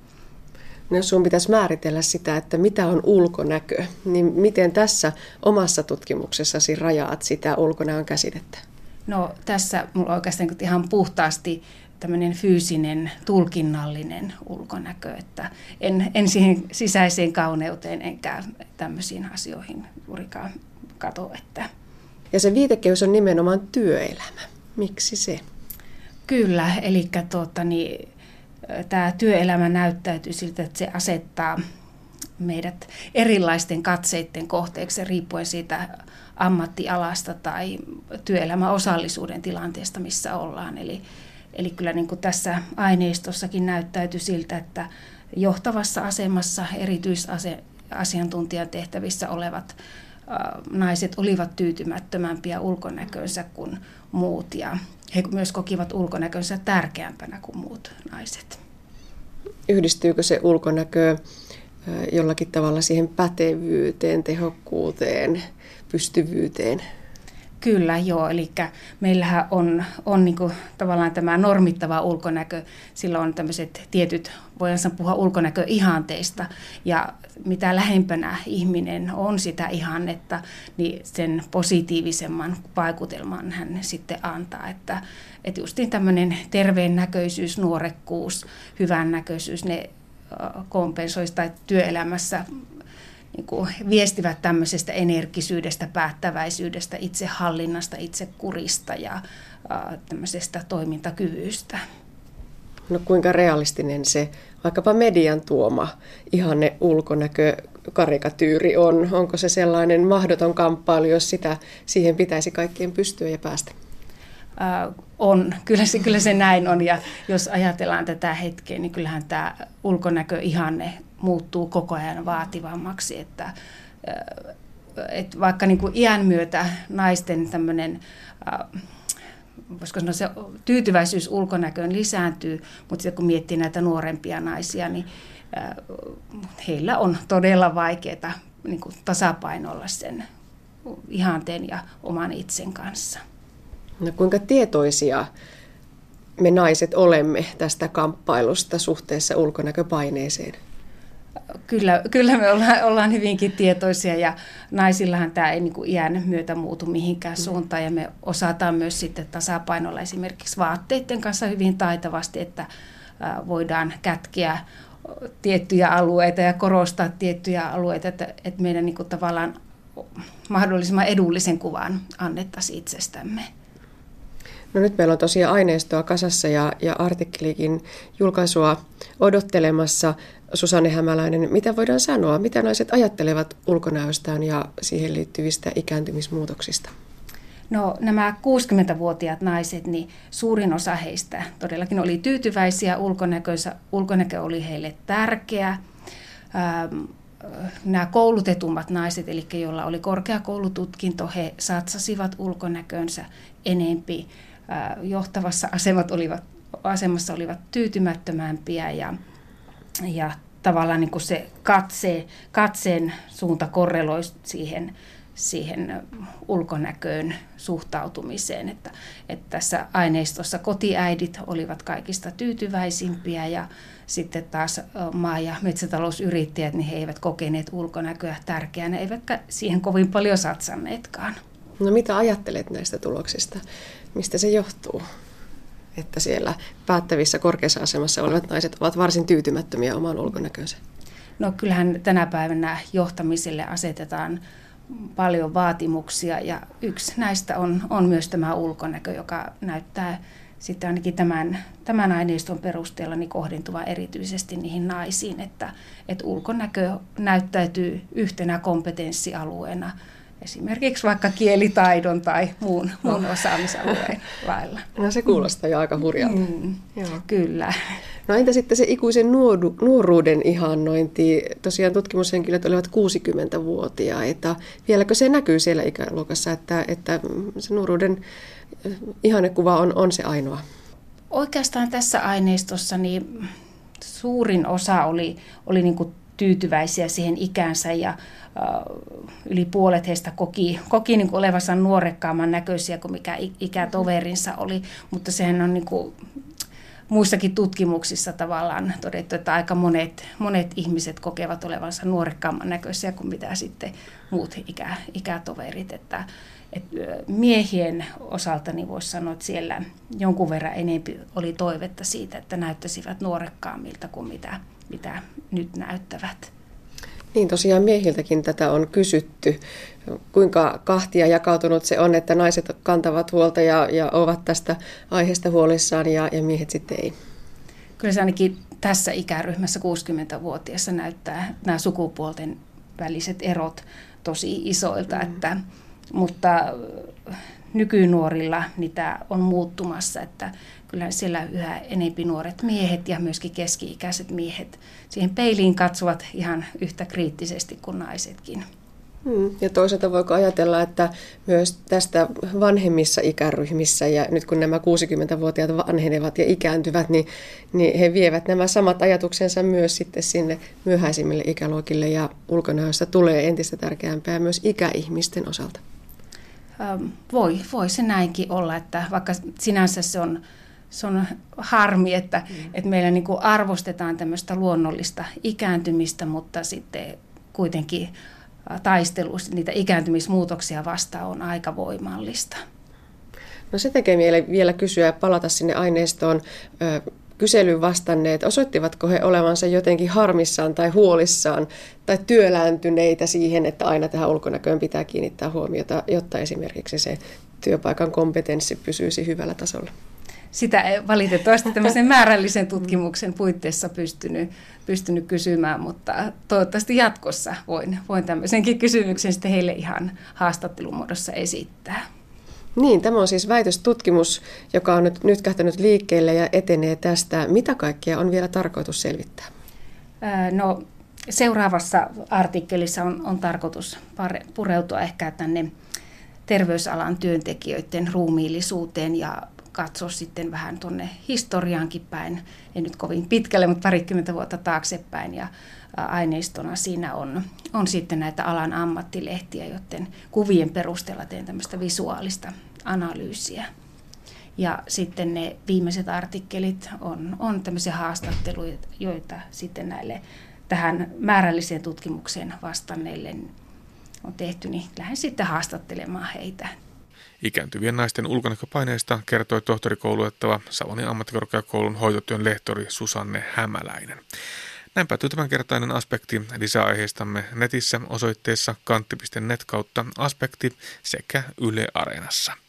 No jos sinun pitäisi määritellä sitä, että mitä on ulkonäkö, niin miten tässä omassa tutkimuksessasi rajaat sitä ulkonäön käsitettä?
No tässä minulla on oikeastaan ihan puhtaasti tämmöinen fyysinen, tulkinnallinen ulkonäkö, että en, en siihen sisäiseen kauneuteen enkä tämmöisiin asioihin juurikaan kato. Että.
Ja se viitekehys on nimenomaan työelämä. Miksi se?
Kyllä, eli tuota, niin, tämä työelämä näyttäytyy siltä, että se asettaa meidät erilaisten katseiden kohteeksi riippuen siitä ammattialasta tai työelämän osallisuuden tilanteesta, missä ollaan. Eli, eli kyllä niin kuin tässä aineistossakin näyttäytyy siltä, että johtavassa asemassa erityisasiantuntijan tehtävissä olevat naiset olivat tyytymättömämpiä ulkonäkönsä kuin muut, ja he myös kokivat ulkonäkönsä tärkeämpänä kuin muut naiset.
Yhdistyykö se ulkonäkö jollakin tavalla siihen pätevyyteen, tehokkuuteen, pystyvyyteen?
Kyllä, joo. Eli meillähän on, on niin kuin tavallaan tämä normittava ulkonäkö. Sillä on tämmöiset tietyt, voidaan puhua ulkonäköihanteista. Ja mitä lähempänä ihminen on sitä ihannetta, niin sen positiivisemman vaikutelman hän sitten antaa. Että, että justiin tämmöinen terveen näköisyys, nuorekkuus, hyvän näköisyys, ne kompensoisi tai työelämässä niin kuin viestivät tämmöisestä energisyydestä, päättäväisyydestä, itsehallinnasta, itsekurista ja äh, tämmöisestä toimintakyvystä.
No kuinka realistinen se vaikkapa median tuoma ihanne ulkonäkö karikatyyri on? Onko se sellainen mahdoton kamppailu, jos sitä, siihen pitäisi kaikkien pystyä ja päästä?
Äh, on, kyllä se, kyllä se näin on, ja jos ajatellaan tätä hetkeä, niin kyllähän tämä ulkonäköihanne muuttuu koko ajan vaativammaksi, että, että vaikka niin kuin iän myötä naisten tämmöinen, voisiko sanoa, se tyytyväisyys ulkonäköön lisääntyy, mutta sitten kun miettii näitä nuorempia naisia, niin heillä on todella vaikeaa niin kuin tasapainoilla sen ihanteen ja oman itsen kanssa.
No kuinka tietoisia me naiset olemme tästä kamppailusta suhteessa ulkonäköpaineeseen?
Kyllä, kyllä me ollaan, ollaan hyvinkin tietoisia ja naisillahan tämä ei niin kuin iän myötä muutu mihinkään suuntaan ja me osataan myös sitten tasapainolla esimerkiksi vaatteiden kanssa hyvin taitavasti, että voidaan kätkeä tiettyjä alueita ja korostaa tiettyjä alueita, että, että meidän niin kuin tavallaan mahdollisimman edullisen kuvan annettaisiin itsestämme.
No nyt meillä on tosiaan aineistoa kasassa ja, ja artikkelikin julkaisua odottelemassa. Susanne Hämäläinen, mitä voidaan sanoa? Mitä naiset ajattelevat ulkonäöstään ja siihen liittyvistä ikääntymismuutoksista?
No nämä kuusikymmentävuotiaat naiset, niin suurin osa heistä todellakin oli tyytyväisiä ulkonäkönsä. Ulkonäkö oli heille tärkeä. Nämä koulutetummat naiset, eli joilla oli korkeakoulututkinto, he satsasivat ulkonäkönsä enempi. Johtavassa asemat olivat, asemassa olivat tyytymättömämpiä ja, ja tavallaan niin kuin se katse, katseen suunta korreloi siihen, siihen ulkonäköön suhtautumiseen. Että, että tässä aineistossa kotiäidit olivat kaikista tyytyväisimpiä ja sitten taas maa- ja metsätalousyrittäjät, niin he eivät kokeneet ulkonäköä tärkeänä, eivätkä siihen kovin paljon satsanneetkaan.
No mitä ajattelet näistä tuloksista? Mistä se johtuu, että siellä päättävissä korkeassa asemassa olevat naiset ovat varsin tyytymättömiä omaan ulkonäköönsä?
No kyllähän tänä päivänä johtamiselle asetetaan paljon vaatimuksia ja yksi näistä on, on myös tämä ulkonäkö, joka näyttää sitten ainakin tämän, tämän aineiston perusteella niin kohdentuva erityisesti niihin naisiin, että, että ulkonäkö näyttäytyy yhtenä kompetenssialueena esimerkiksi vaikka kielitaidon tai muun, muun osaamisalueen lailla.
No se kuulostaa jo aika hurjalta.
Mm, Joo. Kyllä.
No entä sitten se ikuisen nuoru, nuoruuden ihannointi? Tosiaan tutkimushenkilöt olivat kuusikymmentävuotiaita. Vieläkö se näkyy siellä ikäluokassa, että, että se nuoruuden ihannekuva on, on se ainoa?
Oikeastaan tässä aineistossa niin suurin osa oli, oli niin kuin tyytyväisiä siihen ikänsä ja yli puolet heistä koki, koki niin kuin olevansa nuorekkaamman näköisiä kuin mikä ikätoverinsa oli, mutta sehän on niin kuin muissakin tutkimuksissa tavallaan todettu, että aika monet, monet ihmiset kokevat olevansa nuorekkaamman näköisiä kuin mitä sitten muut ikä, ikätoverit. Että, että miehien osalta niin voisi sanoa, että siellä jonkun verran enemmän oli toivetta siitä, että näyttäisivät nuorekkaammilta kuin mitä, mitä nyt näyttävät.
Niin tosiaan miehiltäkin tätä on kysytty. Kuinka kahtia jakautunut se on, että naiset kantavat huolta ja, ja ovat tästä aiheesta huolissaan ja, ja miehet sitten ei?
Kyllä se ainakin tässä ikäryhmässä kuusikymmentävuotiaassa näyttää nämä sukupuolten väliset erot tosi isoilta, mm. että, mutta nykynuorilla niitä on muuttumassa, että kyllä siellä yhä enempi nuoret miehet ja myöskin keski-ikäiset miehet siihen peiliin katsovat ihan yhtä kriittisesti kuin naisetkin.
Ja toisaalta voiko ajatella, että myös tästä vanhemmissa ikäryhmissä ja nyt kun nämä kuusikymmentävuotiaat vanhenevat ja ikääntyvät, niin, niin he vievät nämä samat ajatuksensa myös sitten sinne myöhäisimmille ikäluokille ja ulkonäöstä tulee entistä tärkeämpää myös ikäihmisten osalta.
Voi, voi se näinkin olla, että vaikka sinänsä se on, se on harmi, että, mm. että meillä niin kuin arvostetaan tämmöistä luonnollista ikääntymistä, mutta sitten kuitenkin taistelu niitä ikääntymismuutoksia vastaan on aika voimallista.
No se tekee mieleen vielä kysyä ja palata sinne aineistoon. Kyselyyn vastanneet, osoittivatko he olevansa jotenkin harmissaan tai huolissaan tai työlääntyneitä siihen, että aina tähän ulkonäköön pitää kiinnittää huomiota, jotta esimerkiksi se työpaikan kompetenssi pysyisi hyvällä tasolla?
Sitä ei valitettavasti tämmöisen määrällisen tutkimuksen puitteissa pystynyt, pystynyt kysymään, mutta toivottavasti jatkossa voin, voin tämmöisenkin kysymyksen sitten heille ihan haastattelumuodossa esittää.
Niin, tämä on siis väitöstutkimus, joka on nyt, nyt kähtänyt liikkeelle ja etenee tästä. Mitä kaikkea on vielä tarkoitus selvittää?
No, seuraavassa artikkelissa on, on tarkoitus pureutua ehkä tänne terveysalan työntekijöiden ruumiillisuuteen ja katsoa sitten vähän tuonne historiaankin päin, ei nyt kovin pitkälle, mutta parikymmentä vuotta taaksepäin. Ja aineistona siinä on, on sitten näitä alan ammattilehtiä, joiden kuvien perusteella teen tämmöistä visuaalista analyysiä. Ja sitten ne viimeiset artikkelit on, on tämmöisiä haastatteluja, joita sitten näille tähän määrälliseen tutkimukseen vastanneille on tehty, niin lähden sitten haastattelemaan heitä.
Ikääntyvien naisten ulkonäköpaineista kertoi tohtorikoulutettava Savonin ammattikorkeakoulun hoitotyön lehtori Susanne Hämäläinen. Näin päätyy tämänkertainen Aspekti. Lisäaiheistamme netissä osoitteessa kantti piste net kautta aspekti sekä Yle Areenassa.